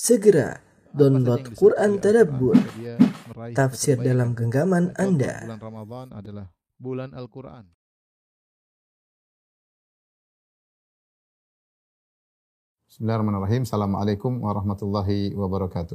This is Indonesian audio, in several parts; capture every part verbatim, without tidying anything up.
Segera download Quran Tadabbur, tafsir dalam genggaman Anda. Bulan Ramadan adalah bulan Al-Quran. Bismillahirrahmanirrahim. Assalamualaikum warahmatullahi wabarakatuh.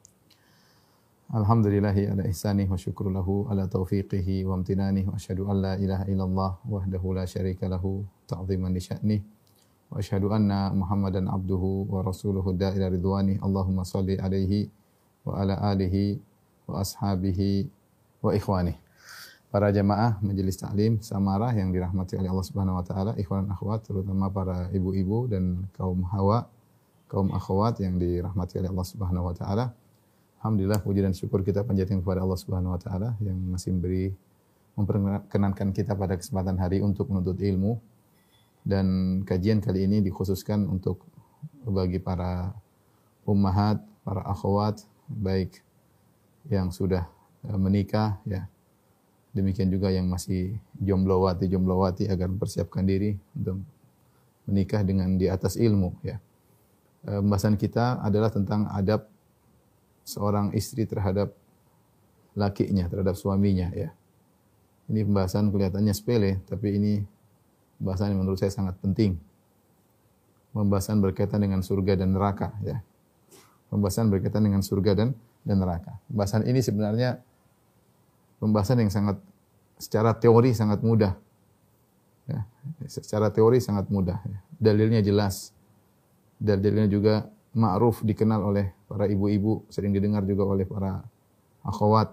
Alhamdulillahi ala ihsanih wa syukru lahu ala taufiqihi wa amtinanih wa asyhadu an la ilaha illallah wahdahu la syarika lahu ta'ziman li sya'nih wa asyhadu anna Muhammadan abduhu wa rasuluhu da'ila ridwanih. Allahumma salli alaihi wa ala alihi wa ashabihi wa ikhwanih. Para jamaah majelis taklim Samarah yang dirahmati oleh Allah Subhanahu wa taala, ikhwan dan akhwat, terutama para ibu-ibu dan kaum hawa, kaum akhwat yang dirahmati oleh Allah Subhanahu wa taala. Alhamdulillah, puji dan syukur kita panjatkan kepada Allah Subhanahu wa taala yang masih memberi memperkenankan kita pada kesempatan hari untuk menuntut ilmu. Dan kajian kali ini dikhususkan untuk bagi para ummahat, para akhwat, baik yang sudah menikah ya. Demikian juga yang masih jomblowati-jomblowati agar mempersiapkan diri untuk menikah dengan di atas ilmu ya. Pembahasan kita adalah tentang adab seorang istri terhadap lakinya, terhadap suaminya ya. Ini pembahasan kelihatannya sepele, tapi ini pembahasan yang menurut saya sangat penting. Pembahasan berkaitan dengan surga dan neraka ya. Pembahasan berkaitan dengan surga dan dan neraka. Pembahasan ini sebenarnya pembahasan yang sangat secara teori sangat mudah. Ya, secara teori sangat mudah ya. Dalilnya jelas. Dalilnya juga ma'ruf, dikenal oleh para ibu-ibu, sering didengar juga oleh para akhwat.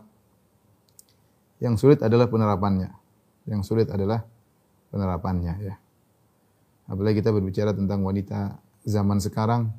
Yang sulit adalah penerapannya. Yang sulit adalah penerapannya ya. Apalagi kita berbicara tentang wanita zaman sekarang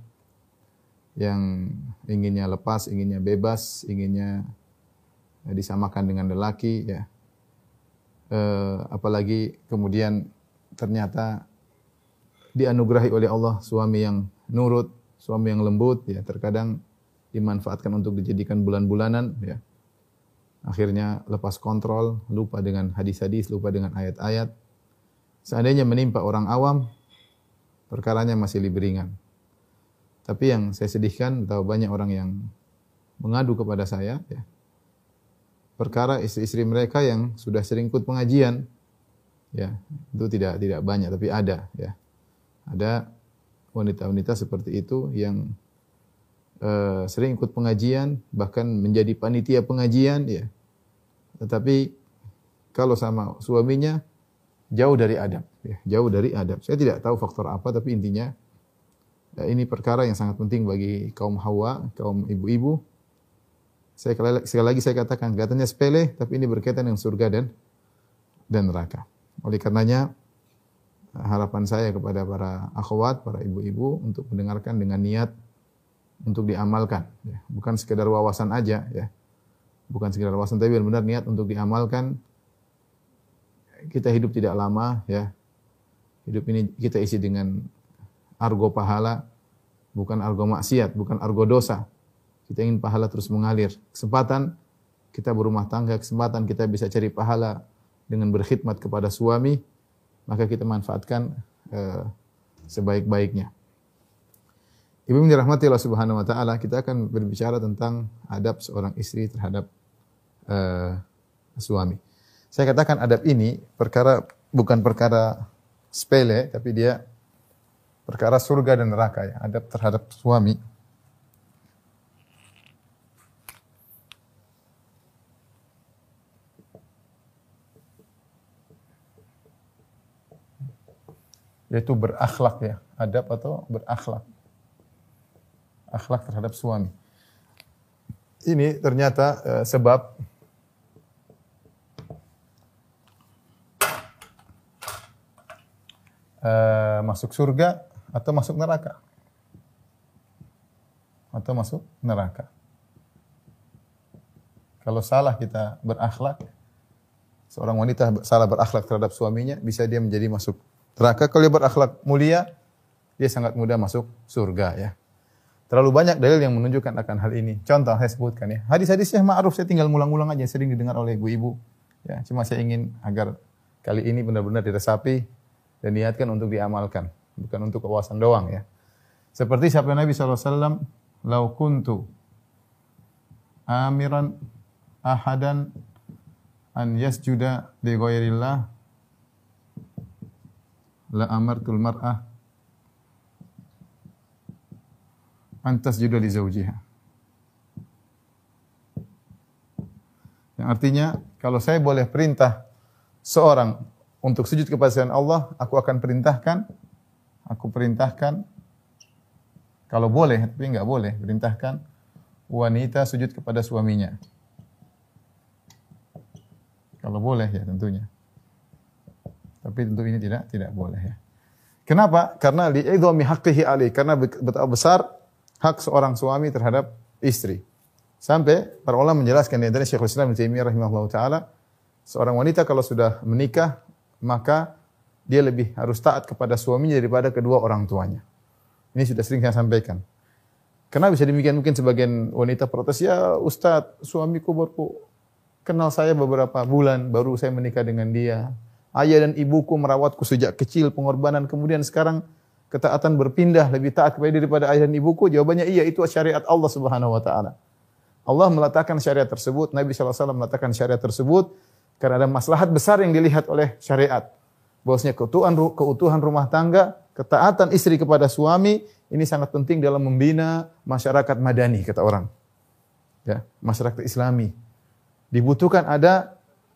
yang inginnya lepas, inginnya bebas, inginnya disamakan dengan lelaki ya. E, apalagi kemudian ternyata dianugerahi oleh Allah suami yang nurut, suami yang lembut ya, terkadang dimanfaatkan untuk dijadikan bulan-bulanan ya. Akhirnya lepas kontrol, lupa dengan hadis-hadis, lupa dengan ayat-ayat. Seandainya menimpa orang awam, perkaranya masih lebih ringan. Tapi yang saya sedihkan, betapa banyak orang yang mengadu kepada saya ya. Perkara istri-istri mereka yang sudah sering ikut pengajian ya, itu tidak tidak banyak tapi ada ya. Ada wanita-wanita seperti itu yang uh, sering ikut pengajian, bahkan menjadi panitia pengajian ya. Tetapi kalau sama suaminya jauh dari adab ya, jauh dari adab. Saya tidak tahu faktor apa, tapi intinya ya, ini perkara yang sangat penting bagi kaum hawa, kaum ibu-ibu. Saya sekali lagi saya katakan kelihatannya sepele, tapi ini berkaitan dengan surga dan dan neraka. Oleh karenanya harapan saya kepada para akhwat, para ibu-ibu untuk mendengarkan dengan niat untuk diamalkan ya. Bukan sekedar wawasan aja ya. Bukan sekedar wawasan, tapi benar-benar niat untuk diamalkan. Kita hidup tidak lama ya. Hidup ini kita isi dengan argo pahala, bukan argo maksiat, bukan argo dosa. Kita ingin pahala terus mengalir. Kesempatan kita berumah tangga, kesempatan kita bisa cari pahala dengan berkhidmat kepada suami, maka kita manfaatkan uh, sebaik-baiknya. Ibu yang dirahmati Allah Subhanahu wa taala, kita akan berbicara tentang adab seorang istri terhadap uh, suami. Saya katakan adab ini perkara bukan perkara sepele, tapi dia perkara surga dan neraka ya, adab terhadap suami. Yaitu berakhlak ya, adab atau berakhlak. Akhlak terhadap suami. Ini ternyata uh, sebab uh, masuk surga atau masuk neraka. Atau masuk neraka. Kalau salah kita berakhlak, seorang wanita salah berakhlak terhadap suaminya, bisa dia menjadi masuk neraka. Kalau dia berakhlak mulia, dia sangat mudah masuk surga ya. Terlalu banyak dalil yang menunjukkan akan hal ini. Contoh saya sebutkan ya. Hadis-hadisnya ma'ruf, saya tinggal ngulang-ngulang aja, sering didengar oleh ibu-ibu. Ya, cuma saya ingin agar kali ini benar-benar diresapi dan niatkan untuk diamalkan, bukan untuk kewasan doang ya. Seperti sabda Nabi sallallahu alaihi wasallam "Lau kuntu amiran ahadan an yasjuda li ghairillah la amartul mar'ah an tasjuda li zawjiha." Yang artinya, kalau saya boleh perintah seorang untuk sujud kepada selain Allah, aku akan perintahkan, aku perintahkan, kalau boleh, tapi enggak boleh, perintahkan wanita sujud kepada suaminya. Kalau boleh ya tentunya. Tapi tentu ini tidak tidak boleh ya. Kenapa? Karena li'idhami haqqihi alaih, karena betapa besar hak seorang suami terhadap istri. Sampai para ulama menjelaskan, di antara Syekhul Islam Ibnu Taimiyah rahimahullahu taala, seorang wanita kalau sudah menikah, maka dia lebih harus taat kepada suaminya daripada kedua orang tuanya. Ini sudah sering saya sampaikan. Kenapa bisa demikian? Mungkin sebagian wanita protes, "Ya Ustaz, suamiku baru kenal saya beberapa bulan, baru saya menikah dengan dia. Ayah dan ibuku merawatku sejak kecil, pengorbanan, kemudian sekarang ketaatan berpindah, lebih taat kepada daripada ayah dan ibuku." Jawabannya iya, itu syariat Allah Subhanahu wa taala. Allah meletakkan syariat tersebut, Nabi sallallahu alaihi wasallam meletakkan syariat tersebut karena ada maslahat besar yang dilihat oleh syariat. Bahwasanya keutuhan keutuhan rumah tangga, ketaatan istri kepada suami ini sangat penting dalam membina masyarakat madani, kata orang. Ya, masyarakat Islami. Dibutuhkan ada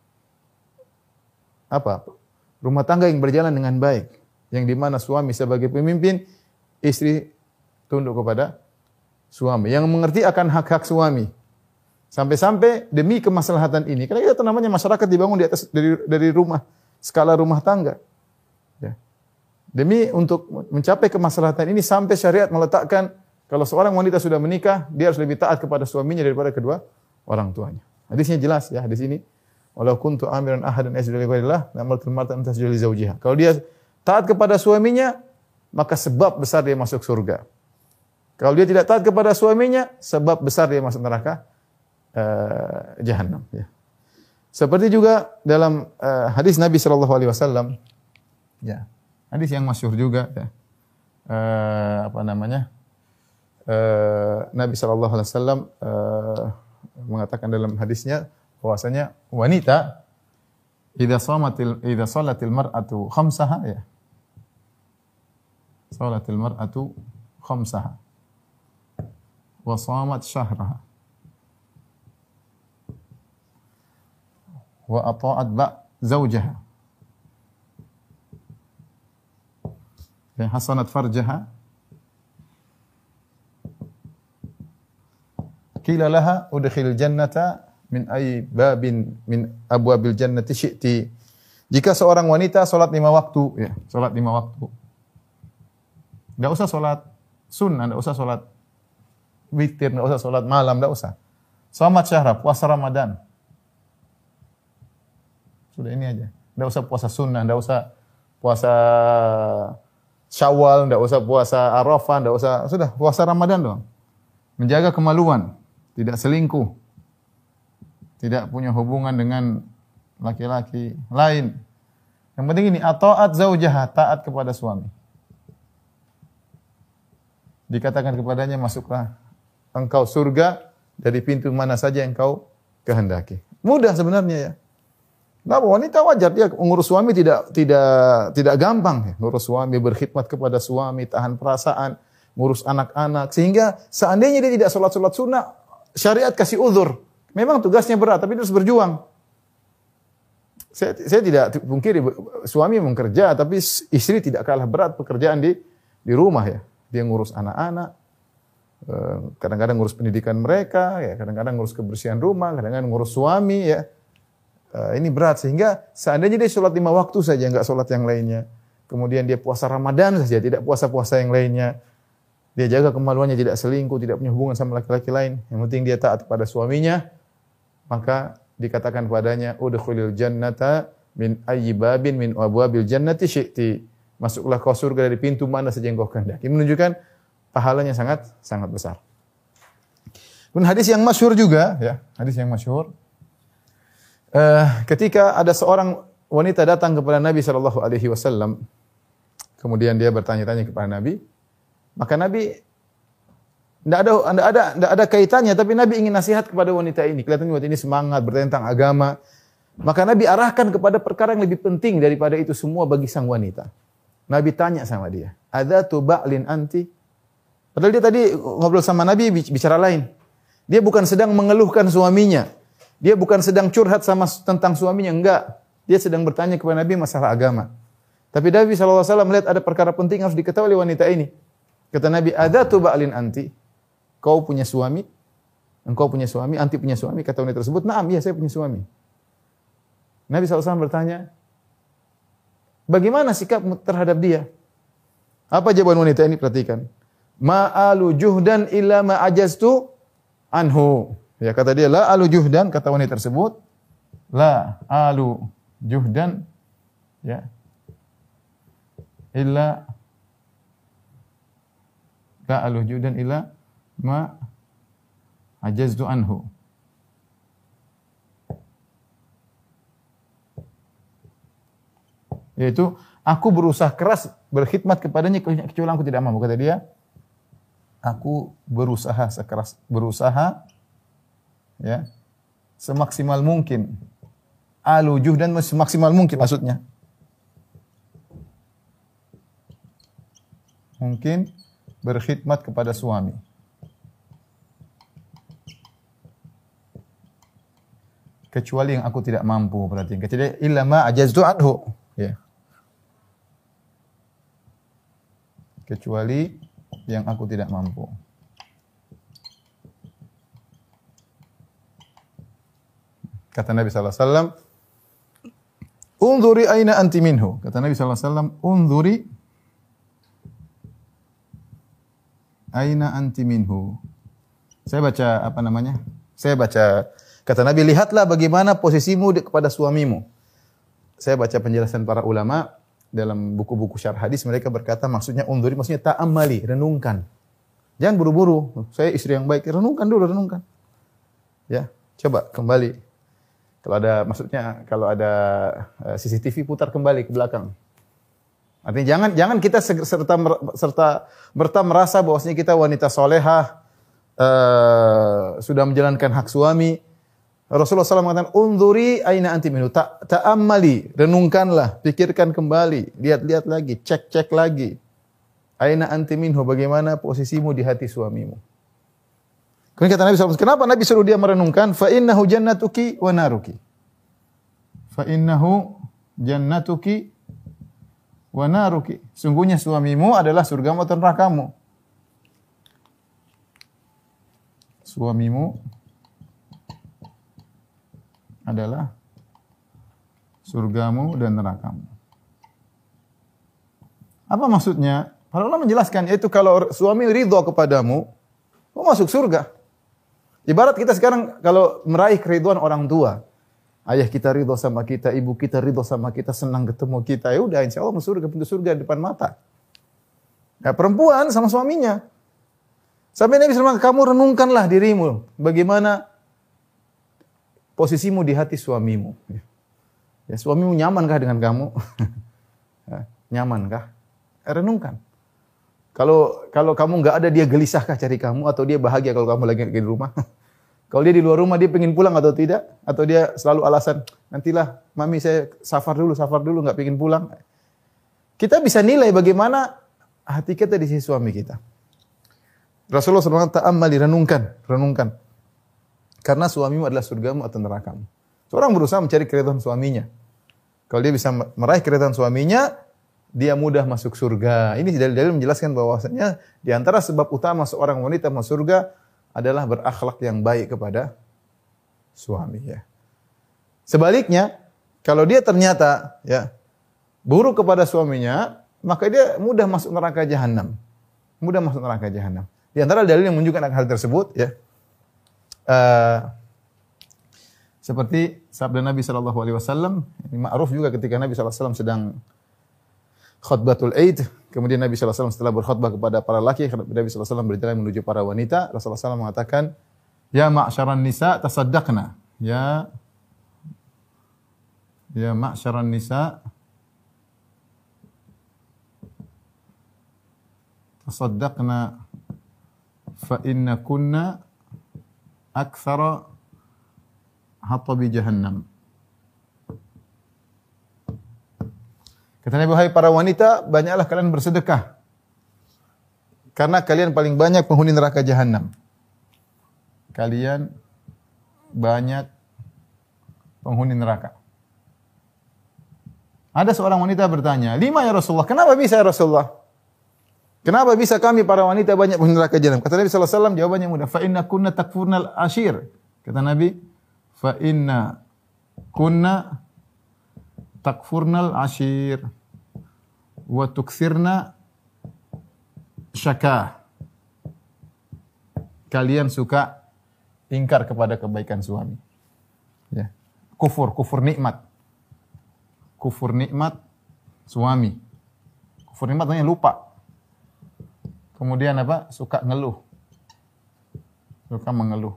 apa? Rumah tangga yang berjalan dengan baik, yang di mana suami sebagai pemimpin, istri tunduk kepada suami, yang mengerti akan hak-hak suami. Sampai-sampai demi kemaslahatan ini, karena kita namanya masyarakat dibangun di atas dari dari rumah, skala rumah tangga. Ya. Demi untuk mencapai kemaslahatan ini sampai syariat meletakkan kalau seorang wanita sudah menikah, dia harus lebih taat kepada suaminya daripada kedua orang tuanya. Hadisnya jelas ya, hadis ini. Walau kuntu amiran ahadan yasjudu li ghairillah, lamartul mar'ata an tasjuda li zawjiha. Kalau dia taat kepada suaminya, maka sebab besar dia masuk surga. Kalau dia tidak taat kepada suaminya, sebab besar dia masuk neraka uh, jahanam. Ya. Seperti juga dalam uh, hadis Nabi Shallallahu Alaihi Wasallam, ya, hadis yang masyhur juga, ya. uh, apa namanya? Uh, Nabi Shallallahu Alaihi Wasallam uh, mengatakan dalam hadisnya bahwasanya wanita idza shamatil idza shalatil mar'atu khamsaha, ya. Shalatil mar'atu khamsaha wa shamat syahraha wa ata'at ba zawjaha wa hasanat farjaha qila laha udkhil jannata min ay babin min abwabil jannati syi'ti. Jika seorang wanita salat lima waktu, ya, salat lima waktu. Enggak usah salat sunnah, enggak usah salat witir, enggak usah salat malam, enggak usah. Shamat syahra, puasa Ramadan. Sudah ini aja. Enggak usah puasa sunnah, enggak usah puasa Syawal, enggak usah puasa Arafah, enggak usah, sudah puasa Ramadan doang. Menjaga kemaluan, tidak selingkuh, tidak punya hubungan dengan laki-laki lain. Yang penting ini, ata'at zaujaha, taat kepada suami. Dikatakan kepadanya, masuklah engkau surga dari pintu mana saja yang kau kehendaki. Mudah sebenarnya ya. Nah, wanita wajar dia mengurus suami tidak tidak tidak gampang ya. Ngurus suami, berkhidmat kepada suami, tahan perasaan, ngurus anak-anak, sehingga seandainya dia tidak sholat-sholat sunnah, syariat kasih uzur. Memang tugasnya berat, tapi terus berjuang. Saya, saya tidak pungkiri suami memang kerja, tapi istri tidak kalah berat pekerjaan di di rumah ya. Dia ngurus anak-anak, kadang-kadang ngurus pendidikan mereka, ya, kadang-kadang ngurus kebersihan rumah, kadang-kadang ngurus suami ya. Ini berat, sehingga seandainya dia sholat lima waktu saja, enggak sholat yang lainnya. Kemudian dia puasa Ramadan saja, tidak puasa-puasa yang lainnya. Dia jaga kemaluannya, tidak selingkuh, tidak punya hubungan sama laki-laki lain. Yang penting dia taat kepada suaminya. Maka dikatakan padanya, udkhulil jannata min ayyi babin min abwabil jannati syi'ti. Masuklah kau surga dari pintu mana saja yang kau kehendaki. Ini menunjukkan pahalanya sangat sangat besar. Dan hadis yang masyhur juga, ya, hadis yang masyhur. Uh, ketika ada seorang wanita datang kepada Nabi sallallahu alaihi wasallam, kemudian dia bertanya-tanya kepada Nabi, maka Nabi Tidak ada, tidak ada, tidak ada kaitannya. Tapi Nabi ingin nasihat kepada wanita ini. Kelihatannya wanita ini semangat bertentang agama. Maka Nabi arahkan kepada perkara yang lebih penting daripada itu semua bagi sang wanita. Nabi tanya sama dia, "Adzatu ba'lin anti?" Padahal dia tadi ngobrol sama Nabi bicara lain. Dia bukan sedang mengeluhkan suaminya. Dia bukan sedang curhat sama tentang suaminya, enggak. Dia sedang bertanya kepada Nabi masalah agama. Tapi Nabi shallallahu alaihi wasallam melihat ada perkara penting yang harus diketahui oleh wanita ini. Kata Nabi, "Adzatu ba'lin anti?" Kau punya suami? Engkau punya suami? Anti punya suami? Kata wanita tersebut, "Naam, iya saya punya suami." Nabi shallallahu alaihi wasallam bertanya, bagaimana sikapmu terhadap dia? Apa jawaban wanita ini? Perhatikan. Ma'alu juhdan illa ma'ajaztu anhu. Ya, kata dia, la alu juhdan, kata wanita tersebut. La alu juhdan, ya. Illa, la alu juhdan illa ma'ajaztu anhu. Yaitu, aku berusaha keras berkhidmat kepadanya kecuali aku tidak mampu. Kata dia, aku berusaha sekeras berusaha ya semaksimal mungkin. Alu juhdan semaksimal mungkin maksudnya. Mungkin berkhidmat kepada suami. Kecuali yang aku tidak mampu, berarti. Kecuali illa ma ajaztu anhu, ya. Kecuali yang aku tidak mampu. Kata Nabi sallallahu alaihi wasallam, "Unzuri aina anti minhu." Kata Nabi sallallahu alaihi wasallam, "Unzuri aina anti minhu." Saya baca apa namanya? Saya baca kata Nabi, "Lihatlah bagaimana posisimu kepada suamimu." Saya baca penjelasan para ulama dalam buku-buku syarah hadis, mereka berkata maksudnya unzuri, maksudnya ta'ammali, renungkan. Jangan buru-buru. Saya istri yang baik, renungkan dulu, renungkan. Ya, coba kembali. Kalau ada maksudnya kalau ada uh, C C T V putar kembali ke belakang. Artinya jangan jangan kita serta serta berta merasa bahwasanya kita wanita solehah, uh, sudah menjalankan hak suami. Rasulullah shallallahu alaihi wasallam mengatakan, "Unzuri aina anti minhu." Ta'ammali, renungkanlah, pikirkan kembali, lihat-lihat lagi, cek-cek lagi. Aina anti minhu, bagaimana posisimu di hati suamimu. Kemudian kata Nabi shallallahu alaihi wasallam, kenapa Nabi suruh dia merenungkan? Fa innahu jannatuki wa naruki. Fa innahu jannatuki wa naruki. Sungguhnya suamimu adalah surgamu atau nerakamu. Suamimu adalah surgamu dan nerakamu. Apa maksudnya? Para ulama menjelaskan, yaitu kalau suami ridho kepadamu, kau masuk surga. Ibarat kita sekarang kalau meraih keriduan orang tua, ayah kita ridho sama kita, ibu kita ridho sama kita, senang ketemu kita, ya udah insya Allah masuk surga, pintu surga di depan mata. Ya, perempuan sama suaminya. Sampai Nabi shallallahu alaihi wasallam, kamu renungkanlah dirimu, bagaimana posisimu di hati suamimu. Ya, suamimu nyamankah dengan kamu? Ya, nyamankah? Renungkan. Kalau kalau kamu nggak ada, dia gelisahkah cari kamu, atau dia bahagia kalau kamu lagi di rumah? Kalau dia di luar rumah, dia pengen pulang atau tidak? Atau dia selalu alasan, nantilah mami saya safar dulu, safar dulu, nggak pengen pulang. Kita bisa nilai bagaimana hati kita di sisi suami kita. Rasulullah shallallahu alaihi wasallam ta'ammali, renungkan, renungkan. Karena suamimu adalah surgamu atau nerakamu. Seorang berusaha mencari keridhaan suaminya. Kalau dia bisa meraih keridhaan suaminya, dia mudah masuk surga. Ini dalil-dalil menjelaskan bahwasanya di antara sebab utama seorang wanita masuk surga adalah berakhlak yang baik kepada suami. Ya. Sebaliknya, kalau dia ternyata ya buruk kepada suaminya, maka dia mudah masuk neraka jahanam. Mudah masuk neraka jahanam. Di antara dalil yang menunjukkan hal tersebut, ya, uh, seperti sabda Nabi Shallallahu Alaihi Wasallam, ini ma'ruf juga ketika Nabi Shallallahu Alaihi Wasallam sedang khutbatul Aid, kemudian Nabi shallallahu alaihi wasallam setelah berkhutbah kepada para laki, Nabi shallallahu alaihi wasallam berjalan menuju para wanita. Rasulullah shallallahu alaihi wasallam mengatakan, "Ya ma'syaran nisa tasaddaqna." Ya Ya ma'syaran nisa tasaddaqna fa inna kunna aktsara hatabi jahannam. Kata Nabi, wahai para wanita, banyaklah kalian bersedekah, karena kalian paling banyak penghuni neraka jahanam. Kalian banyak penghuni neraka. Ada seorang wanita bertanya, lima ya Rasulullah, kenapa bisa ya Rasulullah? Kenapa bisa kami para wanita banyak penghuni neraka jahanam? Kata Nabi sallallahu alaihi wasallam, jawabannya mudah. Fa inna kunna takfurnal ashir. Kata Nabi, fa inna kunna takfurnal ashir wa tukthirna syakah. Kalian suka ingkar kepada kebaikan suami. Ya. Kufur, kufur nikmat. Kufur nikmat suami. Kufur nikmat namanya lupa. Kemudian apa? Suka ngeluh. Suka mengeluh.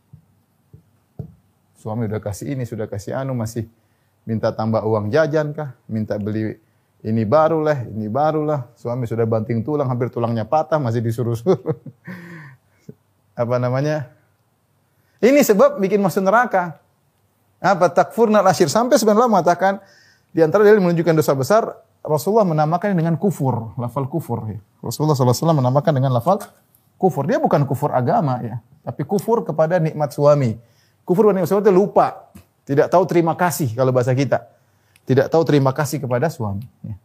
Suami udah kasih ini, sudah kasih anu, masih minta tambah uang jajan kah? Minta beli ini barulah, ini barulah. Suami sudah banting tulang, hampir tulangnya patah, masih disuruh-suruh. Apa namanya? Ini sebab bikin masuk neraka. Apa? Takfurnal ashir. Sampai sebenarnya mengatakan, di antara dalil menunjukkan dosa besar, Rasulullah menamakan dengan kufur, lafal kufur. Rasulullah sallallahu alaihi wasallam menamakan dengan lafal kufur. Dia bukan kufur agama ya, tapi kufur kepada nikmat suami. Kufur kepada nikmat suami itu lupa. Tidak tahu terima kasih kalau bahasa kita. Tidak tahu terima kasih kepada suami. Ya.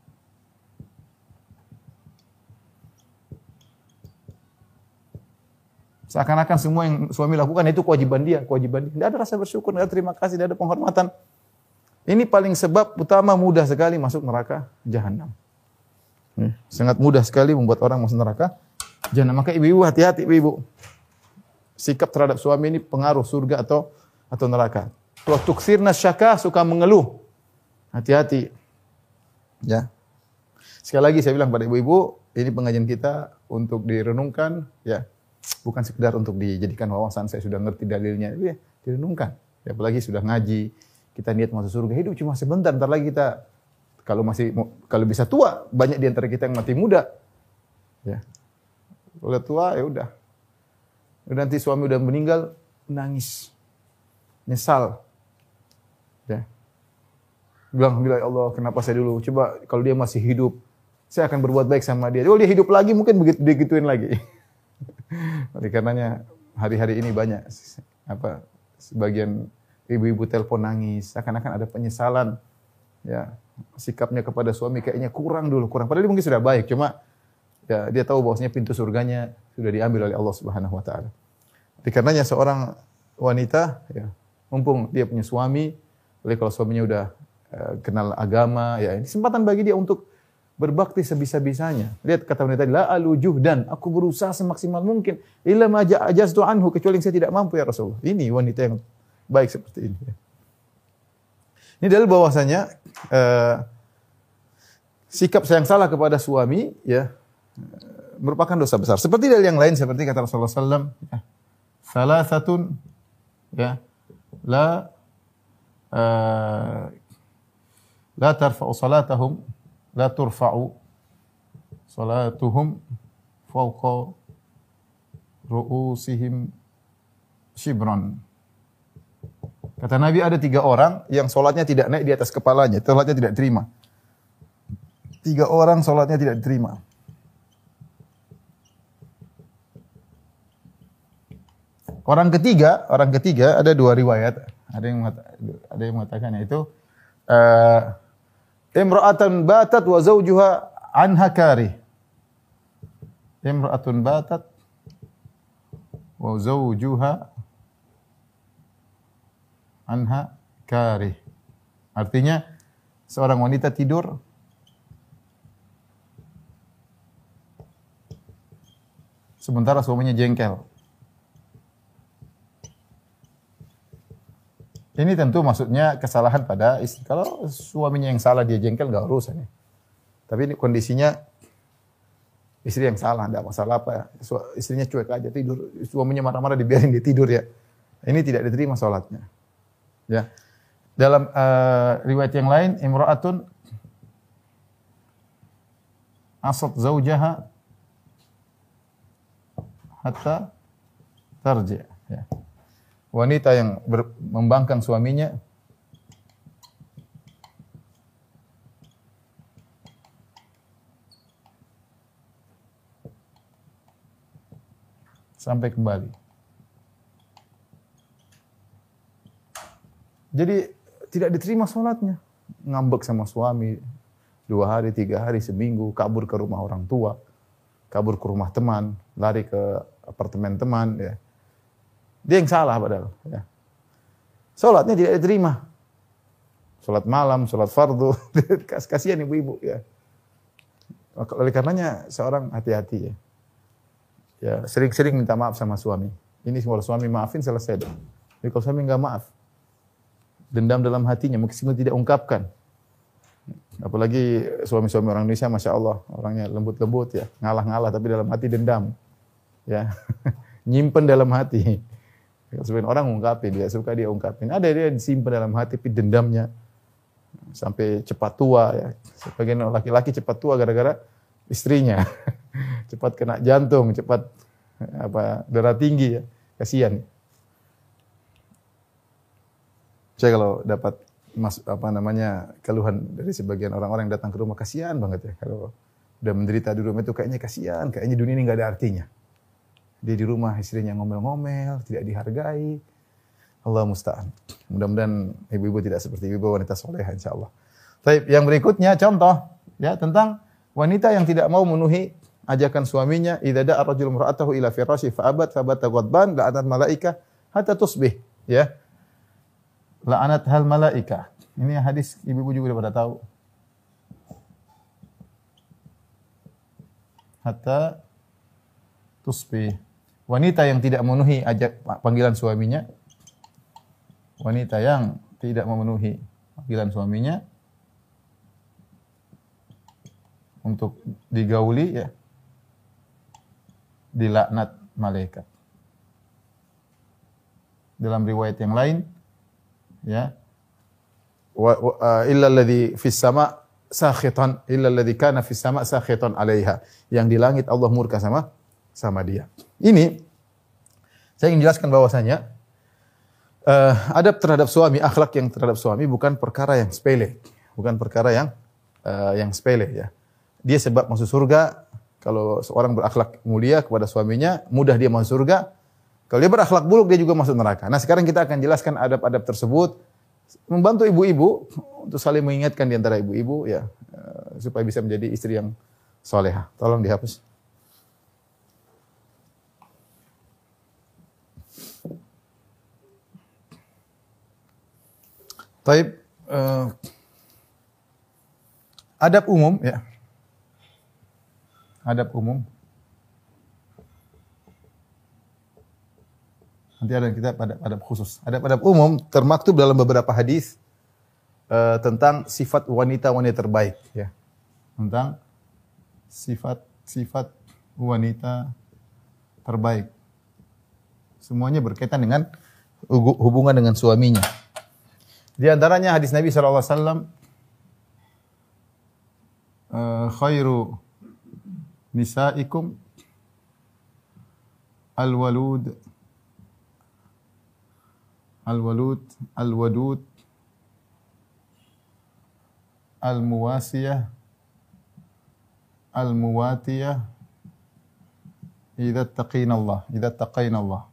Seakan-akan semua yang suami lakukan itu kewajiban dia, kewajiban dia. Tidak ada rasa bersyukur, tidak ada terima kasih, tidak ada penghormatan. Ini paling sebab utama mudah sekali masuk neraka jahanam. Ya. Sangat mudah sekali membuat orang masuk neraka jahanam. Maka ibu-ibu hati-hati ibu-ibu. Sikap terhadap suami ini pengaruh surga atau atau neraka. Wa tuktsirna syaka, suka mengeluh. Hati-hati. Ya. Sekali lagi saya bilang pada ibu-ibu, ini pengajian kita untuk direnungkan, ya. Bukan sekedar untuk dijadikan wawasan, saya sudah ngerti dalilnya, ya, direnungkan. Ya, apalagi sudah ngaji, kita niat masuk surga, hidup cuma sebentar, ntar lagi kita kalau masih kalau bisa tua, banyak di antara kita yang mati muda. Ya. Udah tua ya udah. Udah nanti suami udah meninggal, nangis. Nyesal. Ya. Bilang, bila ya Allah, kenapa saya dulu? Coba kalau dia masih hidup, saya akan berbuat baik sama dia. Kalau dia hidup lagi, mungkin begitu digituin lagi. Oleh karenanya hari-hari ini banyak apa sebagian ibu-ibu telepon nangis, akan-akan ada penyesalan. Ya, sikapnya kepada suami kayaknya kurang dulu, kurang. Padahal dia mungkin sudah baik, cuma ya dia tahu bahwasanya pintu surganya sudah diambil oleh Allah Subhanahu wa taala. Oleh karenanya seorang wanita ya, mumpung dia punya suami, oleh kalau suaminya udah uh, kenal agama, ya ini kesempatan bagi dia untuk berbakti sebisa-bisanya. Lihat kata wanita, la alujuh, dan aku berusaha semaksimal mungkin illa ma ajaztu anhu, kecuali yang saya tidak mampu ya Rasulullah. Ini wanita yang baik seperti ini. Ini dalil bahwasanya uh, sikap yang salah kepada suami ya merupakan dosa besar. Seperti dalil yang lain, seperti kata Rasulullah sallallahu alaihi wasallam, ya, salasatun ya la uh, la tarfa'u salatahum la turfa'u salatuhum fawqa ru'usihim shibran. Kata Nabi, ada tiga orang yang solatnya tidak naik di atas kepalanya, solatnya tidak terima. Tiga orang solatnya tidak diterima. Orang ketiga, orang ketiga ada dua riwayat. Ada yang mengatakan, ada yang mengatakan itu uh, imra'atan batat wa zawjuha anha karih. Imra'atun batat wa zawjuha anha karih. Artinya seorang wanita tidur sementara suaminya jengkel. Ini tentu maksudnya kesalahan pada istri. Kalau suaminya yang salah, dia jengkel, nggak urusan ya. Tapi ini kondisinya istri yang salah, nggak masalah apa. Istrinya cuek aja tidur, suaminya marah-marah dibiarin dia tidur ya. Ini tidak diterima sholatnya. Ya. Dalam uh, riwayat yang lain, imra'atun asat zaujaha hatta tarji'. Ya. Wanita yang ber, membangkang suaminya sampai kembali. Jadi tidak diterima sholatnya. Ngambek sama suami dua hari, tiga hari, seminggu, kabur ke rumah orang tua, kabur ke rumah teman, lari ke apartemen teman. Ya. Dia yang salah padahal. Ya. Sholatnya tidak diterima. Sholat malam, sholat fardu. Kasihan ibu-ibu. Ya. Oleh karenanya seorang hati-hati ya. Ya, sering-sering minta maaf sama suami. Ini kalau suami maafin selesai deh. Tapi kalau suami enggak maaf, dendam dalam hatinya, meskipun tidak ungkapkan. Apalagi suami-suami orang Indonesia, Masya Allah, orangnya lembut-lembut ya, ngalah-ngalah tapi dalam hati dendam. Ya, nyimpen dalam hati. Sebenarnya orang ungkapin, dia suka dia ungkapin. Ada dia disimpan dalam hati, tapi dendamnya sampai cepat tua ya. Sebagian laki-laki cepat tua gara-gara istrinya. Cepat kena jantung, cepat apa darah tinggi ya. Kasihan. Saya kalau dapat mas, apa namanya keluhan dari sebagian orang-orang yang datang ke rumah, kasihan banget ya. Kalau udah menderita di rumah itu kayaknya kasihan, kayaknya dunia ini nggak ada artinya. Dia di rumah istrinya ngomel-ngomel, tidak dihargai. Allah musta'an. Mudah-mudahan ibu-ibu tidak seperti ibu wanita soleha insyaallah. Baik, yang berikutnya contoh ya tentang wanita yang tidak mau memenuhi ajakan suaminya, idza da'a rajulun imra'atahu ila firasyi fa abat fa bata ghadban la'anat malaika hatta tusbih ya. La'anat hal malaika. Ini hadis ibu-ibu juga udah pada tahu. Hatta tusbih. Wanita yang tidak memenuhi ajak panggilan suaminya, wanita yang tidak memenuhi panggilan suaminya untuk digauli ya, dilaknat malaikat. Dalam riwayat yang lain ya, wa, wa uh, illa alladhi fis sama' sakhitan illa alladhi kana fis sama' sakhitan 'alaiha. Yang di langit Allah murka sama sama dia. Ini saya ingin jelaskan bahwasanya uh, adab terhadap suami, akhlak yang terhadap suami bukan perkara yang sepele, bukan perkara yang uh, yang sepele ya. Dia sebab masuk surga. Kalau seorang berakhlak mulia kepada suaminya, mudah dia masuk surga. Kalau dia berakhlak buruk, dia juga masuk neraka. Nah, sekarang kita akan jelaskan adab-adab tersebut, membantu ibu-ibu untuk saling mengingatkan di antara ibu-ibu ya, uh, supaya bisa menjadi istri yang soleha. Tolong dihapus. Taib, uh, adab umum ya. Adab umum. Nanti ada kita pada adab khusus. Adab-adab umum termaktub dalam beberapa hadis uh, tentang sifat wanita-wanita terbaik ya. Tentang sifat-sifat wanita terbaik. Semuanya berkaitan dengan hubungan dengan suaminya. Di antaranya hadis Nabi sallallahu alaihi wasallam, uh, khairu nisaikum al-walud al-walud al-wadud al-muwasiyah al-muwatiyah idza taqina Allah idza taqaina Allah.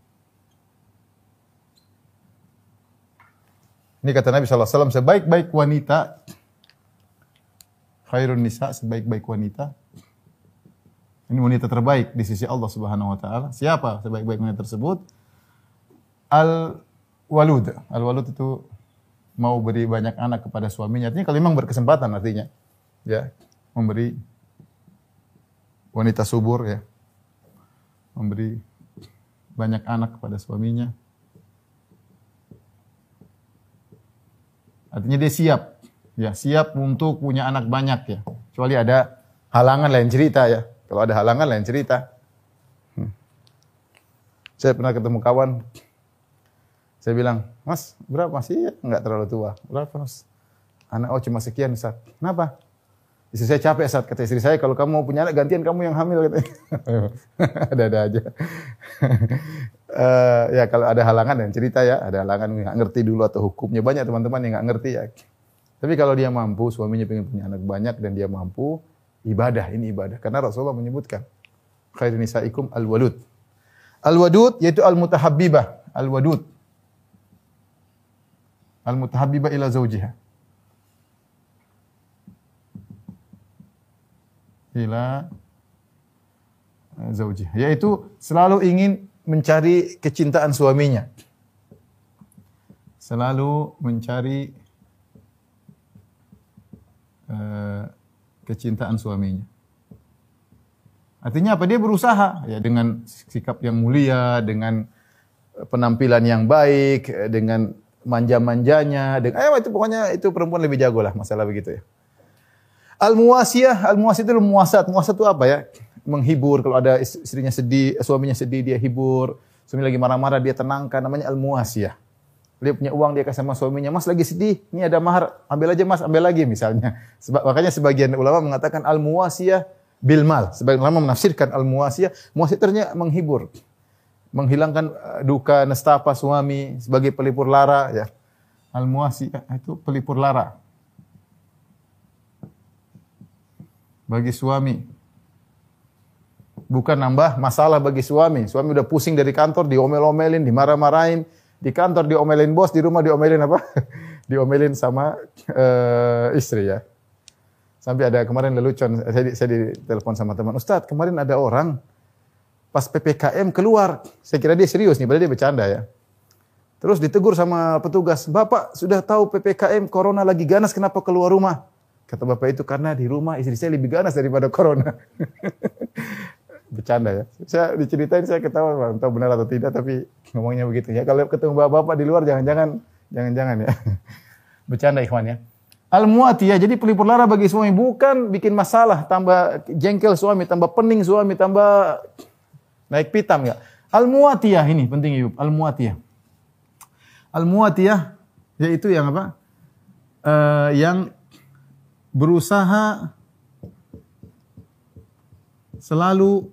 Ini kata Nabi sallallahu alaihi wasallam, sebaik-baik wanita, khairun nisa, sebaik-baik wanita. Ini wanita terbaik di sisi Allah Subhanahu wa taala. Siapa sebaik-baik wanita tersebut? Al-walud. Al-walud itu mau beri banyak anak kepada suaminya. Artinya kalau memang berkesempatan artinya. Ya, memberi wanita subur ya. Memberi banyak anak kepada suaminya. Artinya dia siap, ya siap untuk punya anak banyak ya. Kecuali ada halangan lain cerita ya. Kalau ada halangan lain cerita. Hmm. Saya pernah ketemu kawan, saya bilang, Mas, berapa sih? Enggak terlalu tua. Berapa Mas? Anak oh cuma sekian Ustaz. Kenapa? Istri saya capek saat kata istri saya, kalau kamu mau punya anak gantian kamu yang hamil katanya. Ada-ada aja. uh, ya kalau ada halangan dan cerita ya, ada halangan nggak ngerti dulu atau hukumnya, banyak teman-teman yang nggak ngerti ya. Tapi kalau dia mampu, suaminya pengen punya anak banyak dan dia mampu, ibadah, ini ibadah. Karena Rasulullah menyebutkan, khairu nisaikum al-walud. Al-wadud yaitu al-mutahabbibah, al-wadud. Al-mutahabbibah ila zawjiha. Ila zawjiha, yaitu selalu ingin mencari kecintaan suaminya. Selalu mencari uh, kecintaan suaminya. Artinya apa? Dia berusaha ya dengan sikap yang mulia, dengan penampilan yang baik, dengan manja-manjanya, dengan eh, itu pokoknya itu perempuan lebih jago lah masalah begitu ya. Al-muwasiyah, al-muwasiyah itu muasat. Muasat itu apa ya? Menghibur. Kalau ada istrinya sedih, suaminya sedih, dia hibur. Suami lagi marah-marah, dia tenangkan. Namanya al-muwasiyah. Dia punya uang, dia kasih sama suaminya. Mas lagi sedih, ini ada mahar. Ambil aja mas, ambil lagi misalnya. Seba- makanya sebagian ulama mengatakan al-muwasiyah bil mal. Sebagian ulama menafsirkan al-muwasiyah. Muwasiyah ternyata menghibur. Menghilangkan duka, nestapa suami sebagai pelipur lara. Ya. Al-muwasiyah itu pelipur lara. Bagi suami. Bukan nambah masalah bagi suami. Suami udah pusing dari kantor, diomel-omelin, dimarah-marahin. Di kantor diomelin bos, di rumah diomelin apa? Diomelin sama uh, istri ya. Sampai ada kemarin lelucon, saya, saya ditelepon sama teman. Ustadz, kemarin ada orang pas P P K M keluar. Saya kira dia serius nih, padahal dia bercanda ya. Terus ditegur sama petugas. Bapak sudah tahu P P K M, corona lagi ganas, kenapa keluar rumah? Kata bapak itu, karena di rumah istri saya lebih ganas daripada corona. Bercanda ya. Saya diceritain, saya ketawa, entah benar atau tidak, tapi ngomongnya begitu ya. Kalau ketemu bapak-bapak di luar, jangan-jangan, jangan-jangan ya. Bercanda ikhwan ya. Al-muatiyah, jadi pelipur lara bagi suami, bukan bikin masalah, tambah jengkel suami, tambah pening suami, tambah naik pitam enggak. Al-muatiyah ini penting ibu. Al-muatiyah. Al-muatiyah yaitu yang apa? Uh, yang berusaha selalu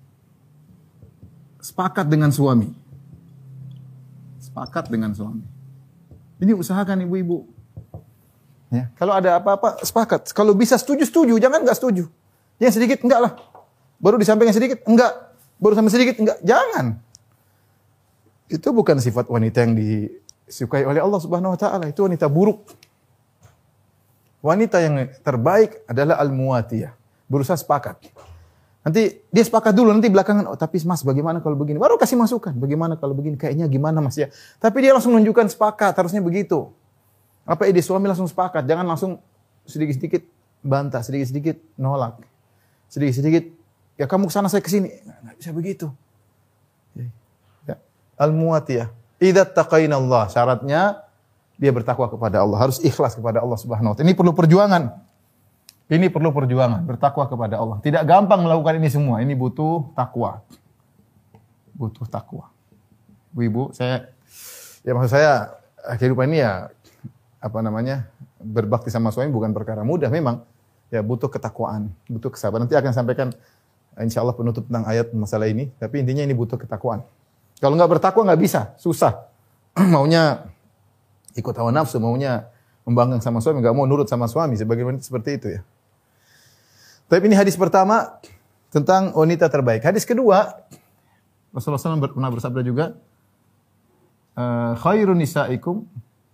sepakat dengan suami. Sepakat dengan suami. Ini usahakan ibu-ibu. Ya, kalau ada apa-apa sepakat. Kalau bisa setuju-setuju, jangan enggak setuju. Yang sedikit enggak lah. Baru disampaikan sedikit, enggak. Baru sampai sedikit, enggak. Jangan. Itu bukan sifat wanita yang disukai oleh Allah Subhanahu wa taala. Itu wanita buruk. Wanita yang terbaik adalah al-muwatiyah. Berusaha sepakat. Nanti dia sepakat dulu, nanti belakangan, oh tapi mas bagaimana kalau begini? Baru kasih masukan, bagaimana kalau begini? Kayaknya gimana mas ya? Tapi dia langsung menunjukkan sepakat, harusnya begitu. Apa ide suami langsung sepakat, jangan langsung sedikit-sedikit bantah, sedikit-sedikit nolak. Sedikit-sedikit, ya kamu kesana saya kesini. Nggak bisa begitu. Ya. Al-muwatiyah. Idza taqainallah, syaratnya dia bertakwa kepada Allah, harus ikhlas kepada Allah Subhanahu wa taala. Ini perlu perjuangan. Ini perlu perjuangan, bertakwa kepada Allah. Tidak gampang melakukan ini semua. Ini butuh takwa. Butuh takwa. Bu-ibu, saya ya maksud saya kehidupan ini ya apa namanya? Berbakti sama suami bukan perkara mudah memang. Ya butuh ketakwaan, butuh kesabaran. Nanti akan sampaikan insyaallah penutup tentang ayat masalah ini, tapi intinya ini butuh ketakwaan. Kalau enggak bertakwa enggak bisa, susah. Maunya ikut hawa nafsu, maunya membanggang sama suami, enggak mau nurut sama suami, sebagaimana seperti itu ya. Tapi ini hadis pertama tentang wanita terbaik. Hadis kedua, Rasulullah shallallahu alaihi wasallam pernah bersabda juga, khairun nisaikum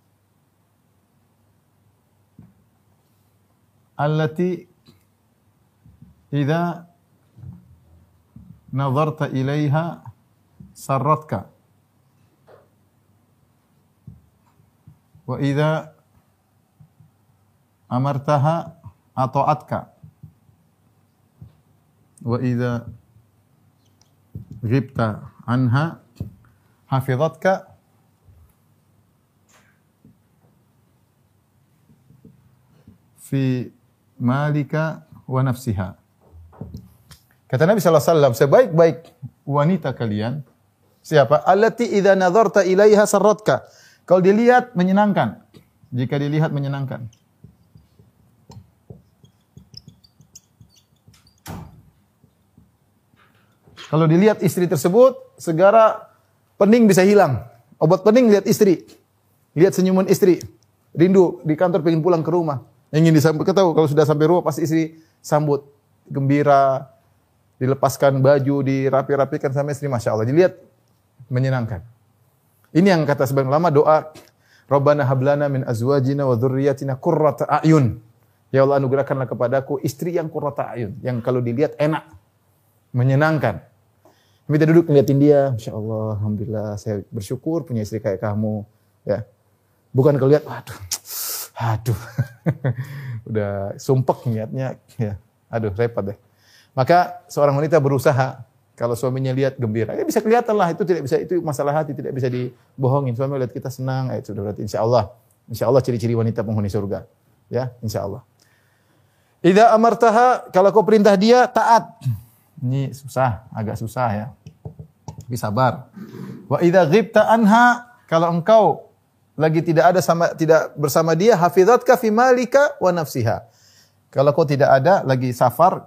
allati idza nazarta ilaiha sarratka wa idza amartaha ata'atka wa idza ghibta anha hafizatka fi malika wa nafsiha. Kata Nabi sallallahu alaihi wasallam, sebaik-baik wanita kalian siapa? Allati idza nazarta ilaiha sarratka. Kalau dilihat menyenangkan. Jika dilihat menyenangkan. Kalau dilihat istri tersebut, segera pening bisa hilang. Obat pening lihat istri. Lihat senyuman istri. Rindu di kantor pengen pulang ke rumah. Ingin disambut, ketahu kalau sudah sampai rumah pasti istri sambut gembira, dilepaskan baju, dirapi-rapikan sama istri, Masya Allah. Dilihat menyenangkan. Ini yang kata sebagian ulama doa, Rabbana hablana min azwajina wa dzurriyyatina qurrata a'yun. Ya Allah, anugerahkanlah kepadaku istri yang qurrata a'yun, yang kalau dilihat enak, menyenangkan. Kita duduk ngeliatin dia, Masya Allah, alhamdulillah, saya bersyukur punya istri kayak kamu. Ya, bukan kalau lihat, aduh, aduh, udah sumpek niatnya, ya, aduh, repot deh. Maka seorang wanita berusaha, kalau suaminya lihat gembira, ya bisa kelihatan lah, itu tidak bisa, itu masalah hati, tidak bisa dibohongin. Suami lihat kita senang, ya sudah berarti insya Allah, insya Allah ciri-ciri wanita penghuni surga, ya, insya Allah. Idza amartaha, kalau kau perintah dia taat. Ini susah, agak susah ya. Tapi sabar. Wa idza ghibta anha, kalau engkau lagi tidak ada sama tidak bersama dia, hafizatka fi malika wa nafsiha. Kalau kau tidak ada lagi safar,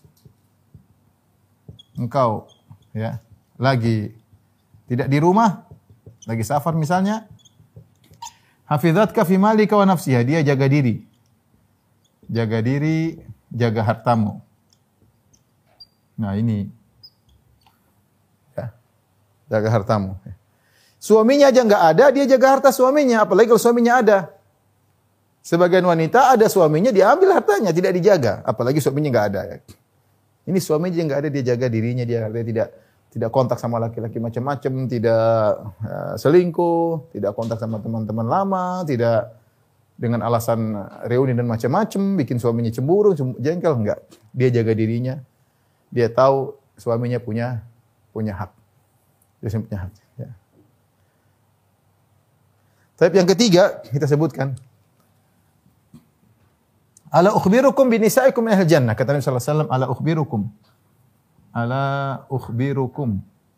engkau ya, lagi tidak di rumah, lagi safar misalnya, hafizatka fi malika wa nafsiha, dia jaga diri. Jaga diri, jaga hartamu. Nah, ini ya, jaga hartamu. Suaminya aja enggak ada, dia jaga harta suaminya, apalagi kalau suaminya ada. Sebagian wanita ada suaminya, diambil hartanya, tidak dijaga, apalagi suaminya enggak ada. Ini suaminya aja enggak ada, dia jaga dirinya, dia, dia tidak tidak kontak sama laki-laki macam-macam, tidak uh, selingkuh, tidak kontak sama teman-teman lama, tidak dengan alasan reuni dan macam-macam, bikin suaminya cemburu, jengkel, enggak. Dia jaga dirinya, dia tahu suaminya punya punya hak, dia punya hak. Ya. Tapi yang ketiga kita sebutkan, ala ukhbirukum binisaikum min ahlil jannah. Kata Nabi sallallahu alaihi wasallam, ala ukhbirukum, ala ukhbirukum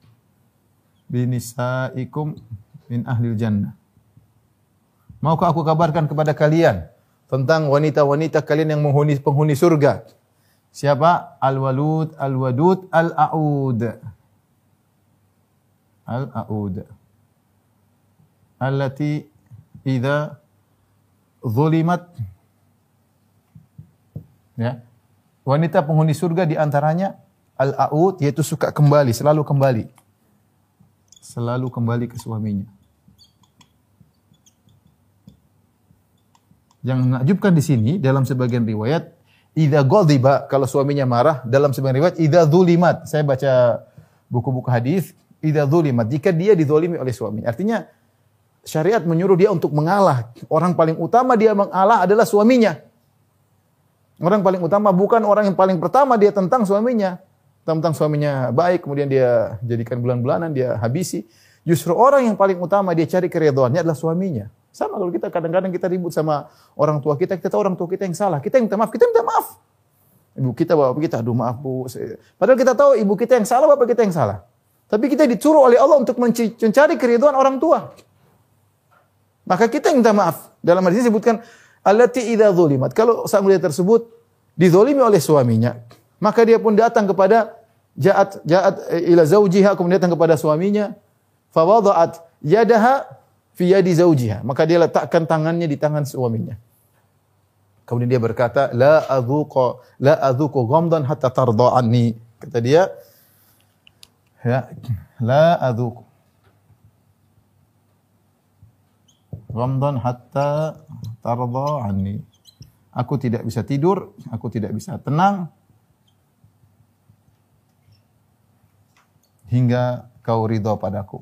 binisaikum min ahlil jannah. Maukah aku kabarkan kepada kalian tentang wanita-wanita kalian yang menghuni penghuni surga? Siapa? Al-Walud, Al-Wadud, Al-A'ud. Al-A'ud. Allati idza zulimat. Ya. Wanita penghuni surga di antaranya Al-A'ud, yaitu suka kembali, selalu kembali. Selalu kembali ke suaminya. Yang menakjubkan di sini dalam sebagian riwayat, idza ghadiba, kalau suaminya marah, dalam sebagian riwayat idza dzulimat. Saya baca buku-buku hadis, idza dzulimat, jika dia dizalimi oleh suaminya. Artinya syariat menyuruh dia untuk mengalah. Orang paling utama dia mengalah adalah suaminya. Orang paling utama bukan orang yang paling pertama dia tentang suaminya. Tentang suaminya baik, kemudian dia jadikan bulan-bulanan, dia habisi. Justru orang yang paling utama dia cari keridhaannya adalah suaminya. Sama kalau kita kadang-kadang kita ribut sama orang tua kita, kita tahu orang tua kita yang salah, kita yang minta maaf, kita minta maaf. Ibu kita, bapak kita, aduh maaf bu. Padahal kita tahu ibu kita yang salah, bapak kita yang salah. Tapi kita disuruh oleh Allah untuk mencari keridhaan orang tua. Maka kita yang minta maaf. Dalam hadis disebutkan, allati idza dzulimat. Kalau sang wanita tersebut dizalimi oleh suaminya, maka dia pun datang kepada ja'at ja'at ila zaujiha, kemudian datang kepada suaminya, fa wada'at yadaha fi yadi zaujiha, maka dia letakkan tangannya di tangan suaminya. Kemudian dia berkata, la adzuqa la adzuqu ghamdan hatta tarda anni. Kata dia, ya, la adzuqu ghamdan hatta tarda anni. Aku tidak bisa tidur, aku tidak bisa tenang hingga kau ridha padaku.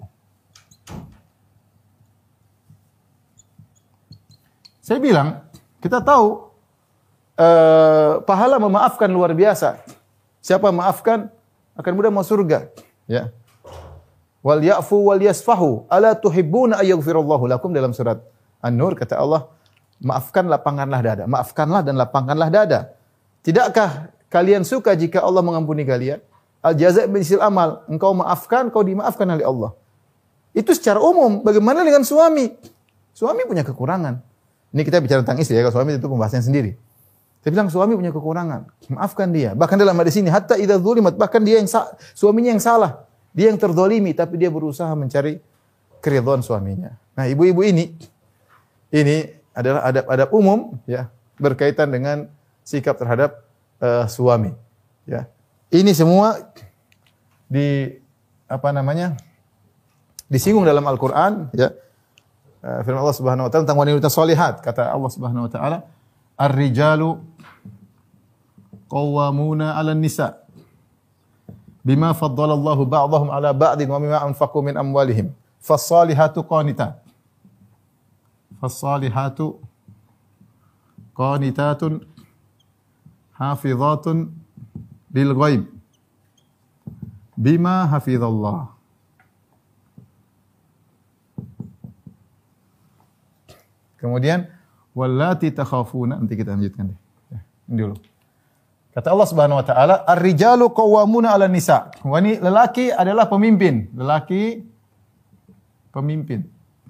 Saya bilang, kita tahu uh, pahala memaafkan luar biasa. Siapa maafkan akan mudah masuk surga. Ya. Wal ya'fu wal yasfahu, ala tuhibbuna ayaghfirallahu lakum, dalam surat An-Nur kata Allah, maafkanlah, lapangkanlah dada. Maafkanlah dan lapangkanlah dada. Tidakkah kalian suka jika Allah mengampuni kalian? Al jazaa' min jinsil amal. Engkau maafkan, kau dimaafkan oleh Allah. Itu secara umum. Bagaimana dengan suami? Suami punya kekurangan. Ini kita bicara tentang istri ya, kalau suami itu pembahasannya sendiri. Saya bilang suami punya kekurangan, maafkan dia. Bahkan dalam hadis ini, hatta idza dzulimat, bahkan dia yang suaminya yang salah, dia yang terzalimi, tapi dia berusaha mencari keridhaan suaminya. Nah, ibu-ibu ini, ini adalah adab-adab umum, ya, berkaitan dengan sikap terhadap uh, suami. Ya, ini semua di apa namanya disinggung dalam Al-Quran. Ya, uh, firman Allah Subhanahu Wa Taala tentang wanita solihat. Kata Allah Subhanahu Wa Taala, ar-rijalu qawwamuna 'alan nisa bima faddala Allahu ba'dahum 'ala ba'din wa mimma anfaqu min amwalihim fas-salihatu qanitat fas-salihatu qanitatun hafizatun lil ghaib bima hafizallah. Kemudian wallati takhafuna, nanti kita lanjutkan deh. Ya, ini dulu. Kata Allah Subhanahu wa taala, ar-rijalu qawwamuna 'alan nisa. Wanita lelaki adalah pemimpin, lelaki pemimpin.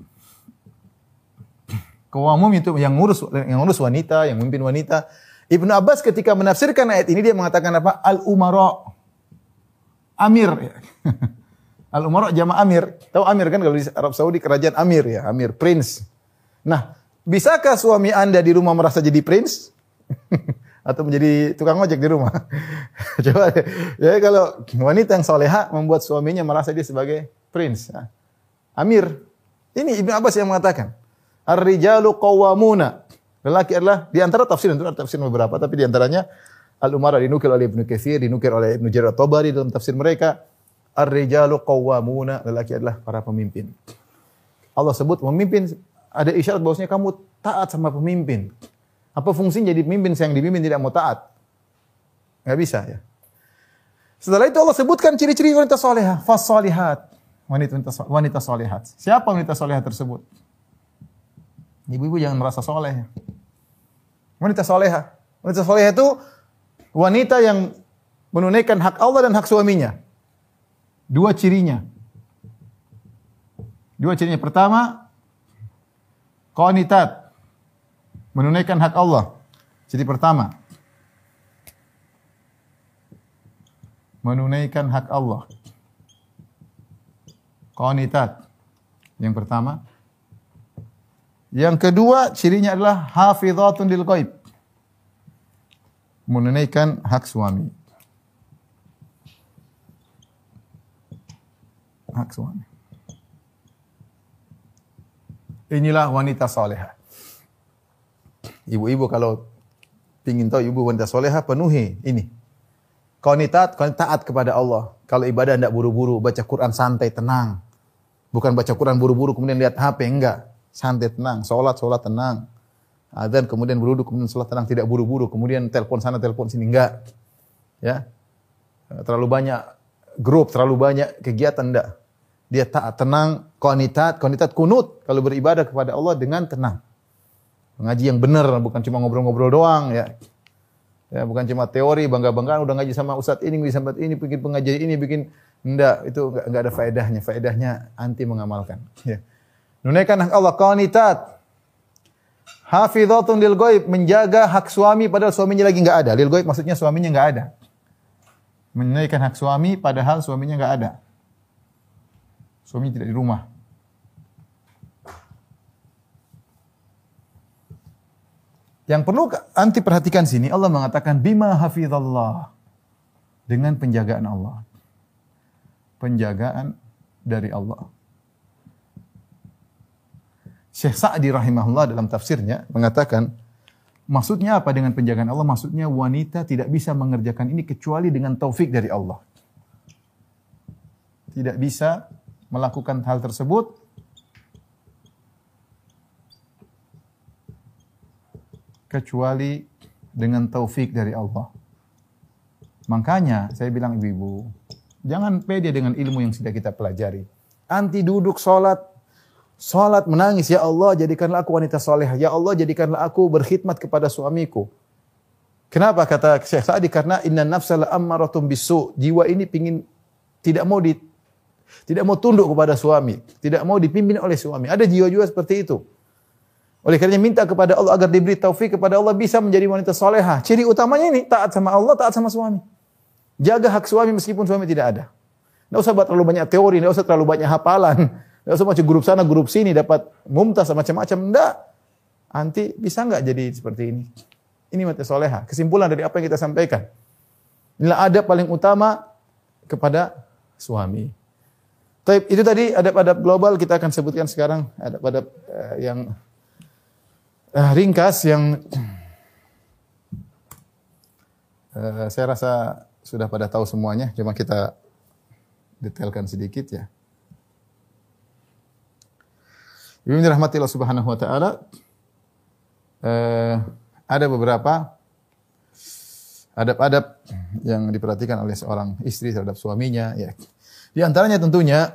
Qawwamum itu yang ngurus yang ngurus wanita, yang memimpin wanita. Ibnu Abbas ketika menafsirkan ayat ini dia mengatakan apa? Al-umara. Amir. Al-umara jama' amir. Tahu amir kan kalau di Arab Saudi kerajaan amir ya, amir, prince. Nah, bisakah suami Anda di rumah merasa jadi prince? Atau menjadi tukang ojek di rumah? Coba ya, kalau wanita yang soleha membuat suaminya merasa dia sebagai prince. Nah, amir. Ini Ibnu Abbas yang mengatakan. Ar-rijalu qawwamuna. Lelaki adalah, di antara tafsir, itu ada tafsir beberapa, tapi di antaranya Al-Umara dinukil oleh Ibnu Katsir, dinukil oleh Ibnu Jarir At-Tabari dalam tafsir mereka. Ar-rijalu qawwamuna. Lelaki adalah para pemimpin. Allah sebut memimpin, ada isyarat bahwasanya kamu taat sama pemimpin. Apa fungsinya jadi pemimpin yang dipimpin tidak mau taat? Enggak bisa ya. Setelah itu Allah sebutkan ciri-ciri wanita salehah, fas-salihat. Wanita wanita salihat. Siapa wanita salihat tersebut? Ibu-ibu jangan merasa soleh. Wanita salehah. Wanita salehah itu wanita yang menunaikan hak Allah dan hak suaminya. Dua cirinya. Dua cirinya. Pertama, qanitat. Menunaikan hak Allah. Jadi pertama, menunaikan hak Allah. Qanitat. Yang pertama. Yang kedua, cirinya adalah hafizatun lil ghaib. Menunaikan hak suami. Hak suami. Inilah wanita salehah. Ibu-ibu kalau ingin tahu ibu wanita soleha, penuhi ini. Qanitat, taat kepada Allah. Kalau ibadah tidak buru-buru, baca Quran santai, tenang. Bukan baca Quran buru-buru kemudian lihat H P, enggak. Santai, tenang. Salat, salat tenang. Adzan kemudian berwudu, kemudian salat tenang, tidak buru-buru. Kemudian telepon sana, telepon sini, enggak. Ya. Terlalu banyak grup, terlalu banyak kegiatan, enggak. Dia taat, tenang, qanitat, qanitat kunut kalau beribadah kepada Allah dengan tenang. Ngaji yang benar, bukan cuma ngobrol-ngobrol doang ya. Ya, bukan cuma teori bangga-banggaan udah ngaji sama ustaz ini, ngaji sama ini, bikin pengajian ini, bikin enggak, itu enggak, enggak ada faedahnya. Faedahnya anti mengamalkan, ya. Nunaikan hak Allah, qanitat. Hafizatun lil ghaib, menjaga hak suami padahal suaminya lagi enggak ada. Lil ghaib maksudnya suaminya enggak ada. Menunaikan hak suami padahal suaminya enggak ada. Suami tidak di rumah. Yang perlu anti perhatikan sini, Allah mengatakan bima hafizallah. Dengan penjagaan Allah. Penjagaan dari Allah. Syekh Sa'di rahimahullah dalam tafsirnya mengatakan, maksudnya apa dengan penjagaan Allah? Maksudnya wanita tidak bisa mengerjakan ini kecuali dengan taufik dari Allah. Tidak bisa melakukan hal tersebut kecuali dengan taufik dari Allah. Makanya saya bilang ibu-ibu, jangan pede dengan ilmu yang sudah kita pelajari. Anti duduk sholat, sholat menangis, ya Allah jadikanlah aku wanita solehah, ya Allah jadikanlah aku berkhidmat kepada suamiku. Kenapa kata Syekh Sa'di? Karena inna nafsa la'ammaratum bisu. Jiwa ini pingin tidak mau di tidak mau tunduk kepada suami, tidak mau dipimpin oleh suami. Ada jiwa-jiwa seperti itu. Oleh karenanya minta kepada Allah agar diberi taufik kepada Allah bisa menjadi wanita solehah. Ciri utamanya ini taat sama Allah, taat sama suami. Jaga hak suami meskipun suami tidak ada. Tidak usah buat terlalu banyak teori, tidak usah terlalu banyak hafalan. Tidak usah macam grup sana, grup sini dapat mumtaz macam-macam. Tidak. Nanti bisa enggak jadi seperti ini? Ini wanita solehah. Kesimpulan dari apa yang kita sampaikan. Inilah adab paling utama kepada suami. Tapi itu tadi adab-adab global, kita akan sebutkan sekarang adab-adab uh, yang Uh, ringkas yang uh, saya rasa sudah pada tahu semuanya, cuma kita detailkan sedikit ya. Ibu dirahmati Allah Subhanahu wa taala. Uh, ada beberapa adab-adab yang diperhatikan oleh seorang istri terhadap suaminya ya. Di antaranya tentunya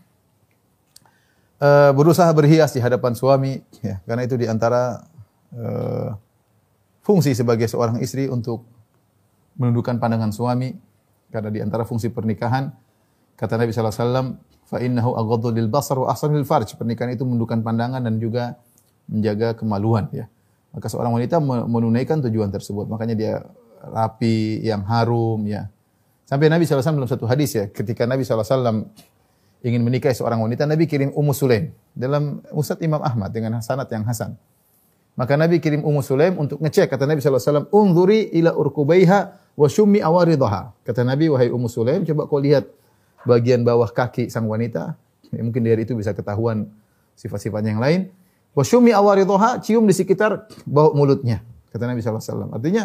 Uh, berusaha berhias di hadapan suami, ya, karena itu di antara uh, fungsi sebagai seorang istri untuk menundukkan pandangan suami, karena di antara fungsi pernikahan, kata Nabi sallallahu alaihi wasallam, fa innahu aghaddu lil basar wa ahsanu lil farj. Pernikahan itu menundukkan pandangan dan juga menjaga kemaluan, ya. Maka seorang wanita menunaikan tujuan tersebut, makanya dia rapi, yang harum, ya. Sampai Nabi sallallahu alaihi wasallam dalam satu hadis ya, ketika Nabi sallallahu alaihi wasallam ingin menikahi seorang wanita, Nabi kirim Ummu Sulaim dalam Musnad Imam Ahmad dengan sanad yang hasan. Maka Nabi kirim Ummu Sulaim untuk ngecek, kata Nabi sallallahu alaihi wasallam, "Unzuri ila urkubaiha wa shummi awaridaha." Kata Nabi, wahai Ummu Sulaim, coba kau lihat bagian bawah kaki sang wanita. Ya, mungkin dari itu bisa ketahuan sifat-sifat yang lain. Wa shummi awaridaha, cium di sekitar bau mulutnya. Kata Nabi sallallahu alaihi wasallam. Artinya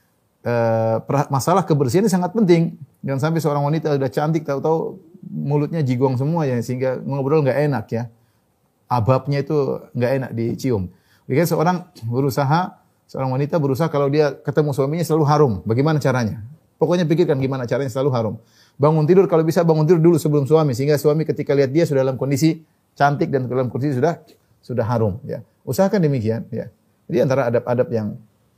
Uh, masalah kebersihan ini sangat penting. Jangan sampai seorang wanita sudah cantik tahu-tahu mulutnya jigong semua ya, sehingga ngobrol nggak enak ya. Ababnya itu nggak enak dicium. Jadi seorang berusaha, seorang wanita berusaha kalau dia ketemu suaminya selalu harum. Bagaimana caranya? Pokoknya pikirkan gimana caranya selalu harum. Bangun tidur kalau bisa bangun tidur dulu sebelum suami, sehingga suami ketika lihat dia sudah dalam kondisi cantik dan dalam kondisi sudah sudah harum ya. Usahakan demikian ya. Jadi antara adab-adab yang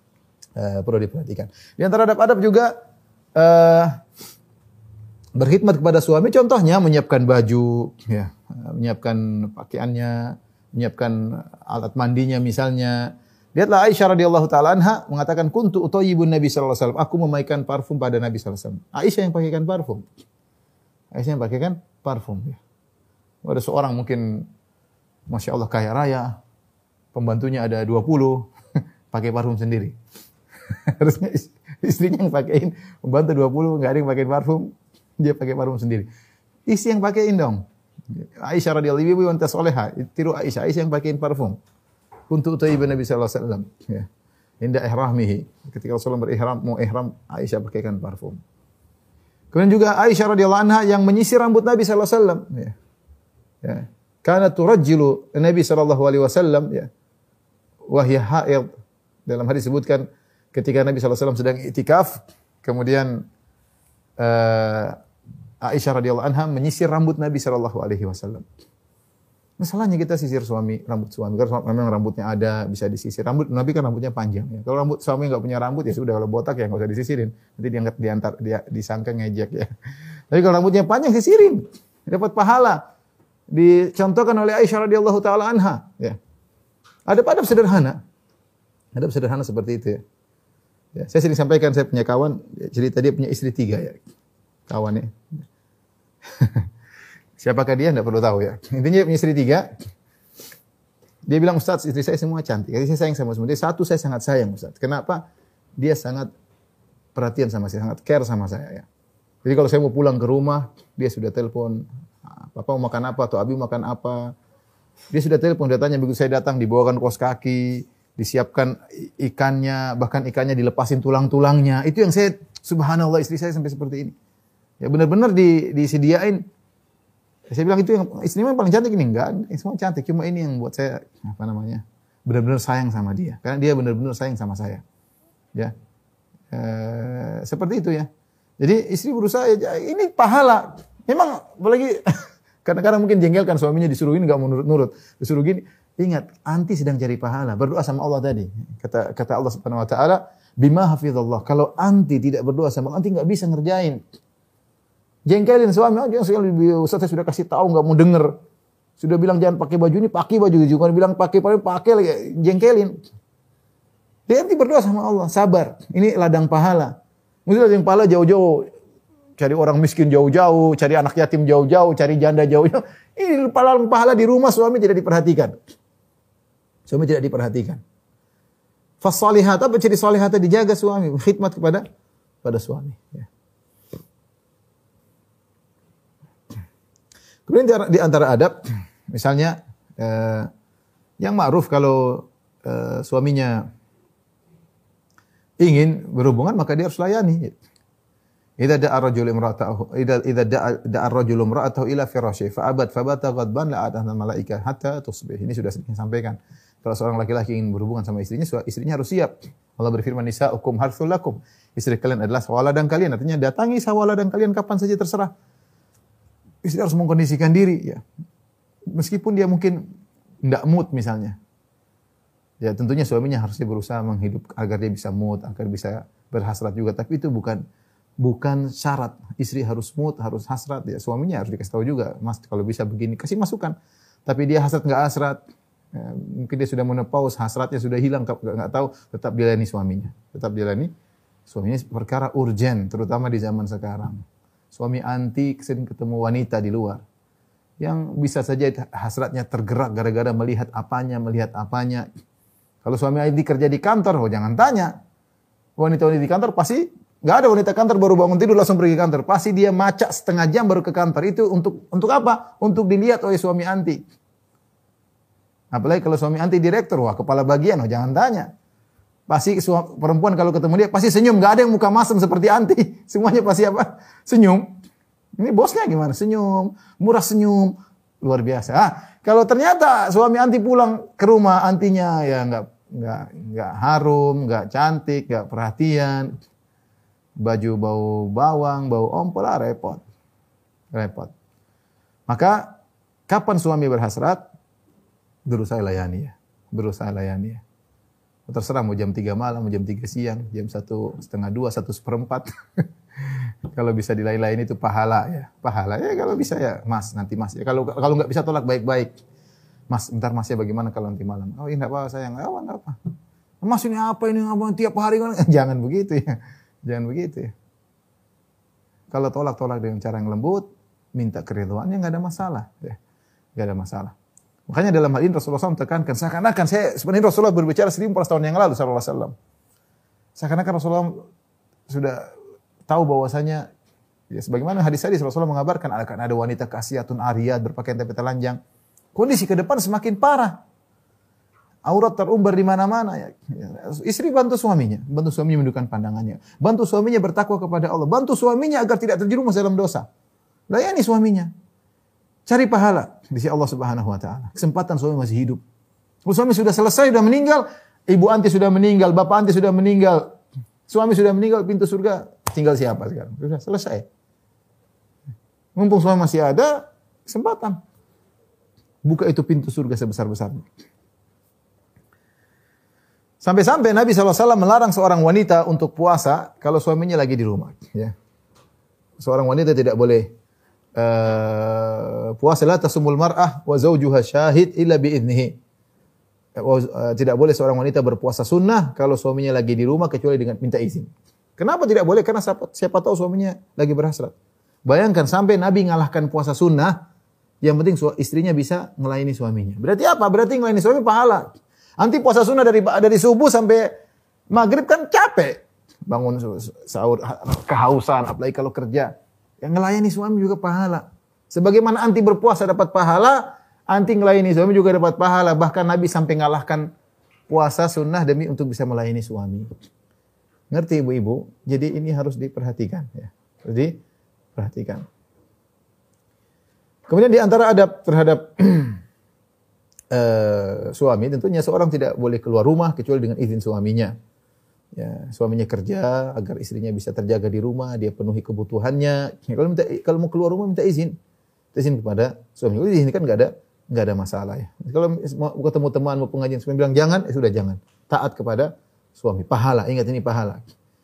Uh, perlu diperhatikan. Di antara adab-adab juga uh, berkhidmat kepada suami. Contohnya menyiapkan baju, ya, menyiapkan pakaiannya, menyiapkan alat mandinya misalnya. Lihatlah Aisyah radhiyallahu taala anha mengatakan kuntu utayyibun Nabi sallallahu alaihi wasallam. Aku memakaikan parfum pada Nabi sallallahu alaihi wasallam. Aisyah yang pakaikan parfum. Aisyah yang pakaikan parfum. Ya. Ada seorang mungkin masya Allah kaya raya, pembantunya ada dua puluh, pakai parfum sendiri. Harusnya istrinya yang pakein, pembantu dua puluh, enggak ada yang pakai parfum, dia pakai parfum sendiri. Istri yang pakein dong. Aisyah radhiyallahu anha wanita salehah, tiru Aisyah, Aisyah yang pakein parfum. Untuk utayyibun Nabi sallallahu alaihi wasallam, ya. Inda ihramihi, ketika Rasulullah berihram, mau ihram, Aisyah pakaikan parfum. Kemudian juga Aisyah radhiyallahu anha yang menyisir rambut Nabi sallallahu alaihi wasallam, ya. Ya. Kana turajjilu Nabi sallallahu alaihi wasallam, ya. Wa hiya haid. Dalam hadis disebutkan ketika Nabi sallallahu alaihi wasallam sedang iktikaf, kemudian uh, Aisyah radhiyallahu anha menyisir rambut Nabi sallallahu alaihi wasallam. Masalahnya kita sisir suami, rambut suami, karena memang rambutnya ada, bisa disisir. Rambut Nabi kan rambutnya panjang ya. Kalau rambut suami enggak punya rambut ya sudah, kalau botak ya enggak usah disisirin. Nanti diangkat diantar dia disangka ngejek ya. Tapi kalau rambutnya panjang sisirin, dapat pahala. Dicontohkan oleh Aisyah radhiyallahu taala anha ya. Adab-adab sederhana. Adab sederhana seperti itu ya. Ya, saya sering sampaikan, saya punya kawan, cerita dia punya istri tiga ya, kawannya. Siapakah dia? Tidak perlu tahu ya. Intinya dia punya istri tiga. Dia bilang, Ustaz, istri saya semua cantik. Jadi saya sayang sama semua. Dia satu saya sangat sayang, Ustaz. Kenapa? Dia sangat perhatian sama saya, sangat care sama saya ya. Jadi kalau saya mau pulang ke rumah, dia sudah telepon, Papa mau makan apa atau Abi makan apa. Dia sudah telepon, dia tanya begitu saya datang, dibawakan kaos kaki, disiapkan ikannya, bahkan ikannya dilepasin tulang-tulangnya. Itu yang saya, subhanallah, istri saya sampai seperti ini. Ya benar-benar di, disediain. Saya bilang itu yang istri memang paling cantik ini, enggak, semua cantik. Cuma ini yang buat saya apa namanya, benar-benar sayang sama dia, karena dia benar-benar sayang sama saya. Ya, e, seperti itu ya. Jadi istri berusaha, ya, ini pahala. Memang apalagi kadang-kadang mungkin jengkelkan suaminya disuruh ini enggak mau nurut-nurut, disuruh gini. Ingat, anti sedang cari pahala. Berdoa sama Allah tadi. Kata kata Allah Subhanahu wa taala, "Bima hafizallah." Kalau anti tidak berdoa sama Allah, anti enggak bisa ngerjain. Jengkelin suami, oh, jangan sekali Ustaz saya sudah kasih tahu enggak mau denger. Sudah bilang jangan pakai baju ini, pakai baju itu. Kalau bilang pakai pakai pakai lagi, jengkelin. Dia nanti berdoa sama Allah, sabar. Ini ladang pahala. Mungkin ladang pahala jauh-jauh. Cari orang miskin jauh-jauh, cari anak yatim jauh-jauh, cari janda jauh-jauh. Ini pahala-pahala di rumah suami tidak diperhatikan. Suami tidak diperhatikan. Fasalihat, apa ciri salihatnya? Dijaga suami, khidmat kepada pada suami. Ya. Kemudian di antara adab, misalnya eh, yang ma'ruf kalau eh, suaminya ingin berhubungan maka dia harus layani. Idza da'a ar-rajulu imra'atahu idza idza da'a ar-rajulu imra'atahu ila firasyi fa abad fa bata ghadban la atahna malaika hatta tusbih. Ini sudah sering sampaikan. Kalau seorang laki-laki ingin berhubungan sama istrinya, istrinya harus siap. Allah berfirman, nisa'ukum harthul lakum. Istri kalian adalah sawaladang kalian. Artinya datangi sawaladang kalian kapan saja terserah. Istri harus mengkondisikan diri, ya. Meskipun dia mungkin tidak mood misalnya. Ya tentunya suaminya harusnya berusaha menghidup agar dia bisa mood, agar bisa berhasrat juga. Tapi itu bukan bukan syarat. Istri harus mood, harus hasrat. Ya suaminya harus dikasih tahu juga, Mas kalau bisa begini, kasih masukan. Tapi dia hasrat nggak hasrat, ya, mungkin dia sudah menopause, hasratnya sudah hilang, nggak tahu, tetap dilayani suaminya. Tetap dilayani suaminya. Perkara urgen, terutama di zaman sekarang. Suami anti sering ketemu wanita di luar yang bisa saja hasratnya tergerak gara-gara melihat apanya, melihat apanya. Kalau suami anti kerja di kantor, oh jangan tanya. Wanita-wanita di kantor pasti nggak ada wanita kantor baru bangun tidur langsung pergi ke kantor. Pasti dia macak setengah jam baru ke kantor. Itu untuk untuk apa? Untuk dilihat oleh suami anti. Apalagi kalau suami anti direktur, wah kepala bagian, oh jangan tanya. Pasti suami, perempuan kalau ketemu dia pasti senyum, nggak ada yang muka masam seperti anti. Semuanya pasti apa? Senyum. Ini bosnya gimana? Senyum, murah senyum, luar biasa. Ah, kalau ternyata suami anti pulang ke rumah, antinya ya nggak nggak nggak harum, nggak cantik, nggak perhatian, baju bau bawang, bau ompol, ah, repot, repot. Maka kapan suami berhasrat, berusaha layani ya, berusaha layani ya. Terserah mau jam tiga malam, mau jam tiga siang, jam satu setengah dua, satu seperempat. Kalau bisa dilain-lain itu pahala ya, pahala ya kalau bisa ya, Mas nanti Mas ya. Kalau kalau nggak bisa tolak baik-baik, Mas ntar Mas ya bagaimana kalau nanti malam? Oh ini apa sayang? Oh nggak apa. Mas ini apa ini apa tiap hari kan? Jangan begitu ya, jangan begitu ya. Kalau tolak-tolak dengan cara yang lembut, minta keridhaannya nggak ada masalah, ya. Nggak ada masalah. Makanya dalam hal ini Rasulullah shallallahu alaihi wasallam tekankan, seakan-akan saya sebenarnya Rasulullah berbicara seribu empat ratus tahun yang lalu sallallahu alaihi wasallam. Seakan-akan Rasulullah sudah tahu bahwasanya, ya sebagaimana hadis-hadis Rasulullah mengabarkan akan ada wanita kasiyatun ariyat berpakaian tapi telanjang. Kondisi ke depan semakin parah. Aurat terumbar di mana-mana ya. Istri bantu suaminya, bantu suaminya menundukkan pandangannya, bantu suaminya bertakwa kepada Allah, bantu suaminya agar tidak terjerumus dalam dosa. Layani suaminya. Cari pahala di sisi Allah Subhanahu wa taala. Kesempatan suami masih hidup. Kalau suami sudah selesai, sudah meninggal, ibu anti sudah meninggal, bapak anti sudah meninggal, suami sudah meninggal, pintu surga tinggal siapa sekarang? Sudah selesai. Mumpung suami masih ada, kesempatan. Buka itu pintu surga sebesar-besarnya. Sampai-sampai Nabi shallallahu alaihi wasallam melarang seorang wanita untuk puasa kalau suaminya lagi di rumah. Ya. Seorang wanita tidak boleh Uh, puasa la tasumul mar'ah wa zawjuha syahid illa bi'idnihi. Uh, tidak boleh seorang wanita berpuasa sunnah kalau suaminya lagi di rumah kecuali dengan minta izin. Kenapa tidak boleh? Karena siapa, siapa tahu suaminya lagi berhasrat. Bayangkan sampai Nabi ngalahkan puasa sunnah, yang penting istrinya bisa melayani suaminya. Berarti apa? Berarti melayani suami pahala. Nanti puasa sunnah dari dari subuh sampai maghrib kan capek. Bangun sahur kehausan, apalagi kalau kerja. Yang ngelayani suami juga pahala. Sebagaimana anti berpuasa dapat pahala, anti ngelayani suami juga dapat pahala. Bahkan Nabi sampai ngalahkan puasa sunnah demi untuk bisa melayani suami. Ngerti ibu-ibu? Jadi ini harus diperhatikan. Ya. Jadi perhatikan. Kemudian di antara adab terhadap uh, suami, tentunya seorang tidak boleh keluar rumah kecuali dengan izin suaminya. Ya, suaminya kerja agar istrinya bisa terjaga di rumah, dia penuhi kebutuhannya. Ya, kalau minta, kalau mau keluar rumah minta izin, minta izin kepada suami. Kalau izin kan nggak ada nggak ada masalah ya. Kalau mau ketemu teman mau pengajian suami bilang jangan, ya sudah jangan. Taat kepada suami, pahala. Ingat ini pahala.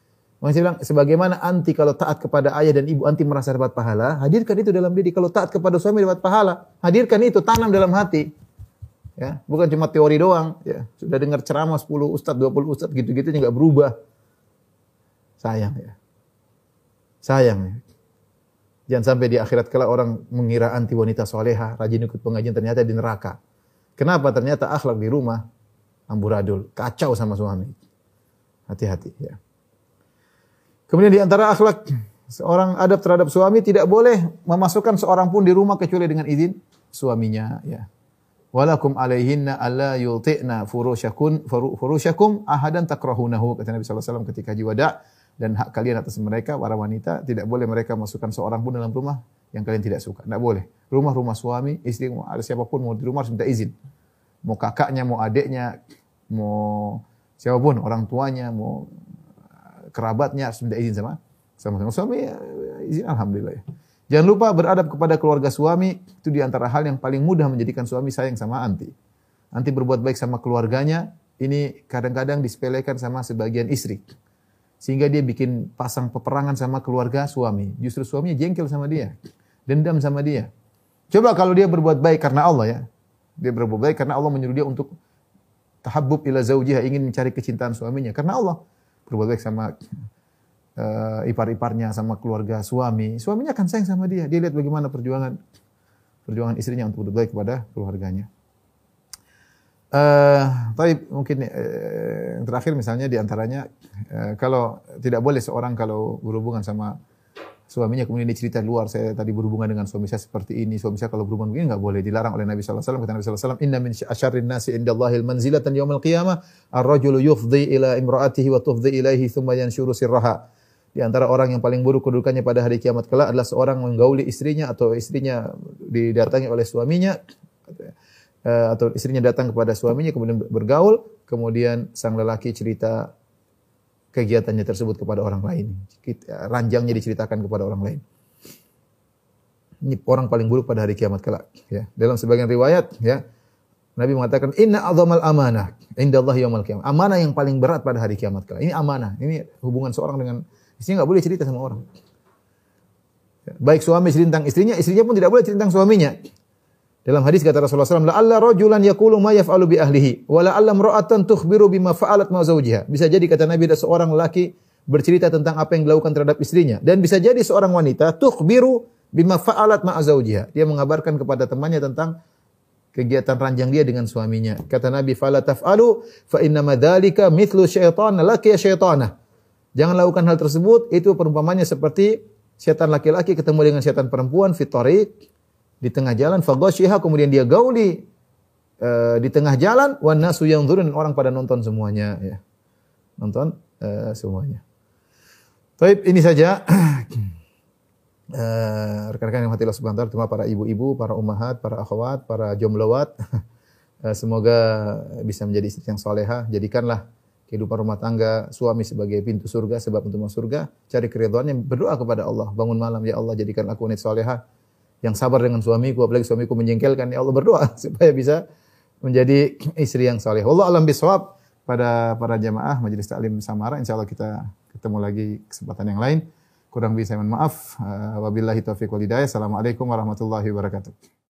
Makanya saya bilang, sebagaimana anti kalau taat kepada ayah dan ibu, anti merasa dapat pahala, hadirkan itu dalam diri. Kalau taat kepada suami dapat pahala, hadirkan itu, tanam dalam hati. Ya, bukan cuma teori doang. Ya, sudah dengar ceramah sepuluh ustadz, dua puluh ustadz, gitu-gitu nggak berubah. Sayang ya. Sayang ya. Jangan sampai di akhirat kala orang mengira anti wanita soleha, rajin ikut pengajian, ternyata di neraka. Kenapa? Ternyata akhlak di rumah amburadul, kacau sama suami. Hati-hati ya. Kemudian di antara akhlak seorang adab terhadap suami, tidak boleh memasukkan seorang pun di rumah kecuali dengan izin suaminya ya. Walakum alaihinna alla yuti'na furusyakun furusyakum ahadan takrahunahu, kata Nabi sallallahu alaihi wasallam ketika haji wada, dan hak kalian atas mereka para wanita, tidak boleh mereka masukkan seorang pun dalam rumah yang kalian tidak suka. Tidak boleh. Rumah-rumah suami, istri, ada siapapun mau di rumah harus minta izin. Mau kakaknya, mau adiknya, mau siapapun, orang tuanya, mau kerabatnya harus minta izin sama sama suami, ya, izin alhamdulillah ya. Jangan lupa beradab kepada keluarga suami, itu di antara hal yang paling mudah menjadikan suami sayang sama anti. Anti berbuat baik sama keluarganya, ini kadang-kadang disepelekan sama sebagian istri. Sehingga dia bikin pasang peperangan sama keluarga suami. Justru suaminya jengkel sama dia, dendam sama dia. Coba kalau dia berbuat baik karena Allah ya. Dia berbuat baik karena Allah menyuruh dia untuk tahabbub ila zaujiha, ingin mencari kecintaan suaminya karena Allah. Berbuat baik sama uh, ipar-iparnya, sama keluarga suami, suaminya akan sayang sama dia. Dia lihat bagaimana perjuangan perjuangan istrinya untuk berbuat baik kepada keluarganya. Uh, tapi mungkin uh, yang terakhir misalnya diantaranya uh, kalau tidak boleh seorang kalau berhubungan sama suaminya kemudian dia cerita luar, saya tadi berhubungan dengan suami saya seperti ini, suami saya kalau berhubungan begini, nggak boleh, dilarang oleh Nabi sallallahu alaihi wasallam. Kata Nabi sallallahu alaihi wasallam, inna min asyarrin nasi indallahil manzilatan yaumil qiyamah ar-rajulu yufdhi ila imra'atihi wa tufdhi ilaihi thumma yanshuru sirraha. Di antara orang yang paling buruk kedudukannya pada hari kiamat kelak adalah seorang menggauli istrinya atau istrinya didatangi oleh suaminya, atau istrinya datang kepada suaminya kemudian bergaul, kemudian sang lelaki cerita kegiatannya tersebut kepada orang lain. Ranjangnya diceritakan kepada orang lain. Ini orang paling buruk pada hari kiamat kelak. Ya. Dalam sebagian riwayat, ya, Nabi mengatakan, Inna a'zamal amanah indallahi yaumil qiyamah. Amanah yang paling berat pada hari kiamat kelak. Ini amanah. Ini hubungan seorang dengan istrinya nggak boleh cerita sama orang. Ya. Baik suami cerita tentang istrinya, istrinya pun tidak boleh cerita tentang suaminya. Dalam hadis kata Rasulullah sallallahu alaihi wasallam, la'alla rajulan yaqulu ma yaf'alu bi ahlihi, wa la'alla imra'atan tukhbiru bima fa'alat ma zawjiha. Bisa jadi kata Nabi ada seorang lelaki bercerita tentang apa yang dilakukan terhadap istrinya, dan bisa jadi seorang wanita tukhbiru bima fa'alat ma zawjiha. Dia mengabarkan kepada temannya tentang kegiatan ranjang dia dengan suaminya. Kata Nabi, fala taf'alu fa inna madzalika mithlu syaitan laqiya syaitana. Jangan lakukan hal tersebut, itu perumpamannya seperti setan laki-laki ketemu dengan setan perempuan fi tariq, di tengah jalan, faghasyiha, kemudian dia gauli uh, di tengah jalan, wan nasu yanzurun, orang pada nonton semuanya ya. Nonton uh, semuanya. Baik, ini saja uh, rekan-rekan yang hati Allah Subhanahu wa taala, terutama para ibu-ibu, para ummahat, para akhwat, para jomblowat. uh, semoga bisa menjadi istri yang salehah. Jadikanlah kehidupan rumah tangga suami sebagai pintu surga, sebab untuk masuk surga. Cari keridhaannya, berdoa kepada Allah. Bangun malam, ya Allah jadikan aku wanita salehah yang sabar dengan suamiku, apalagi suamiku menjengkelkan, ya Allah berdoa supaya bisa menjadi istri yang saleh. Wallahu a'lam bishawab. Pada para jamaah Majelis Taklim Samara, insyaallah kita ketemu lagi kesempatan yang lain. Kurang lebih saya mohon maaf. Wabillahi taufiq wal hidayah. Assalamualaikum warahmatullahi wabarakatuh.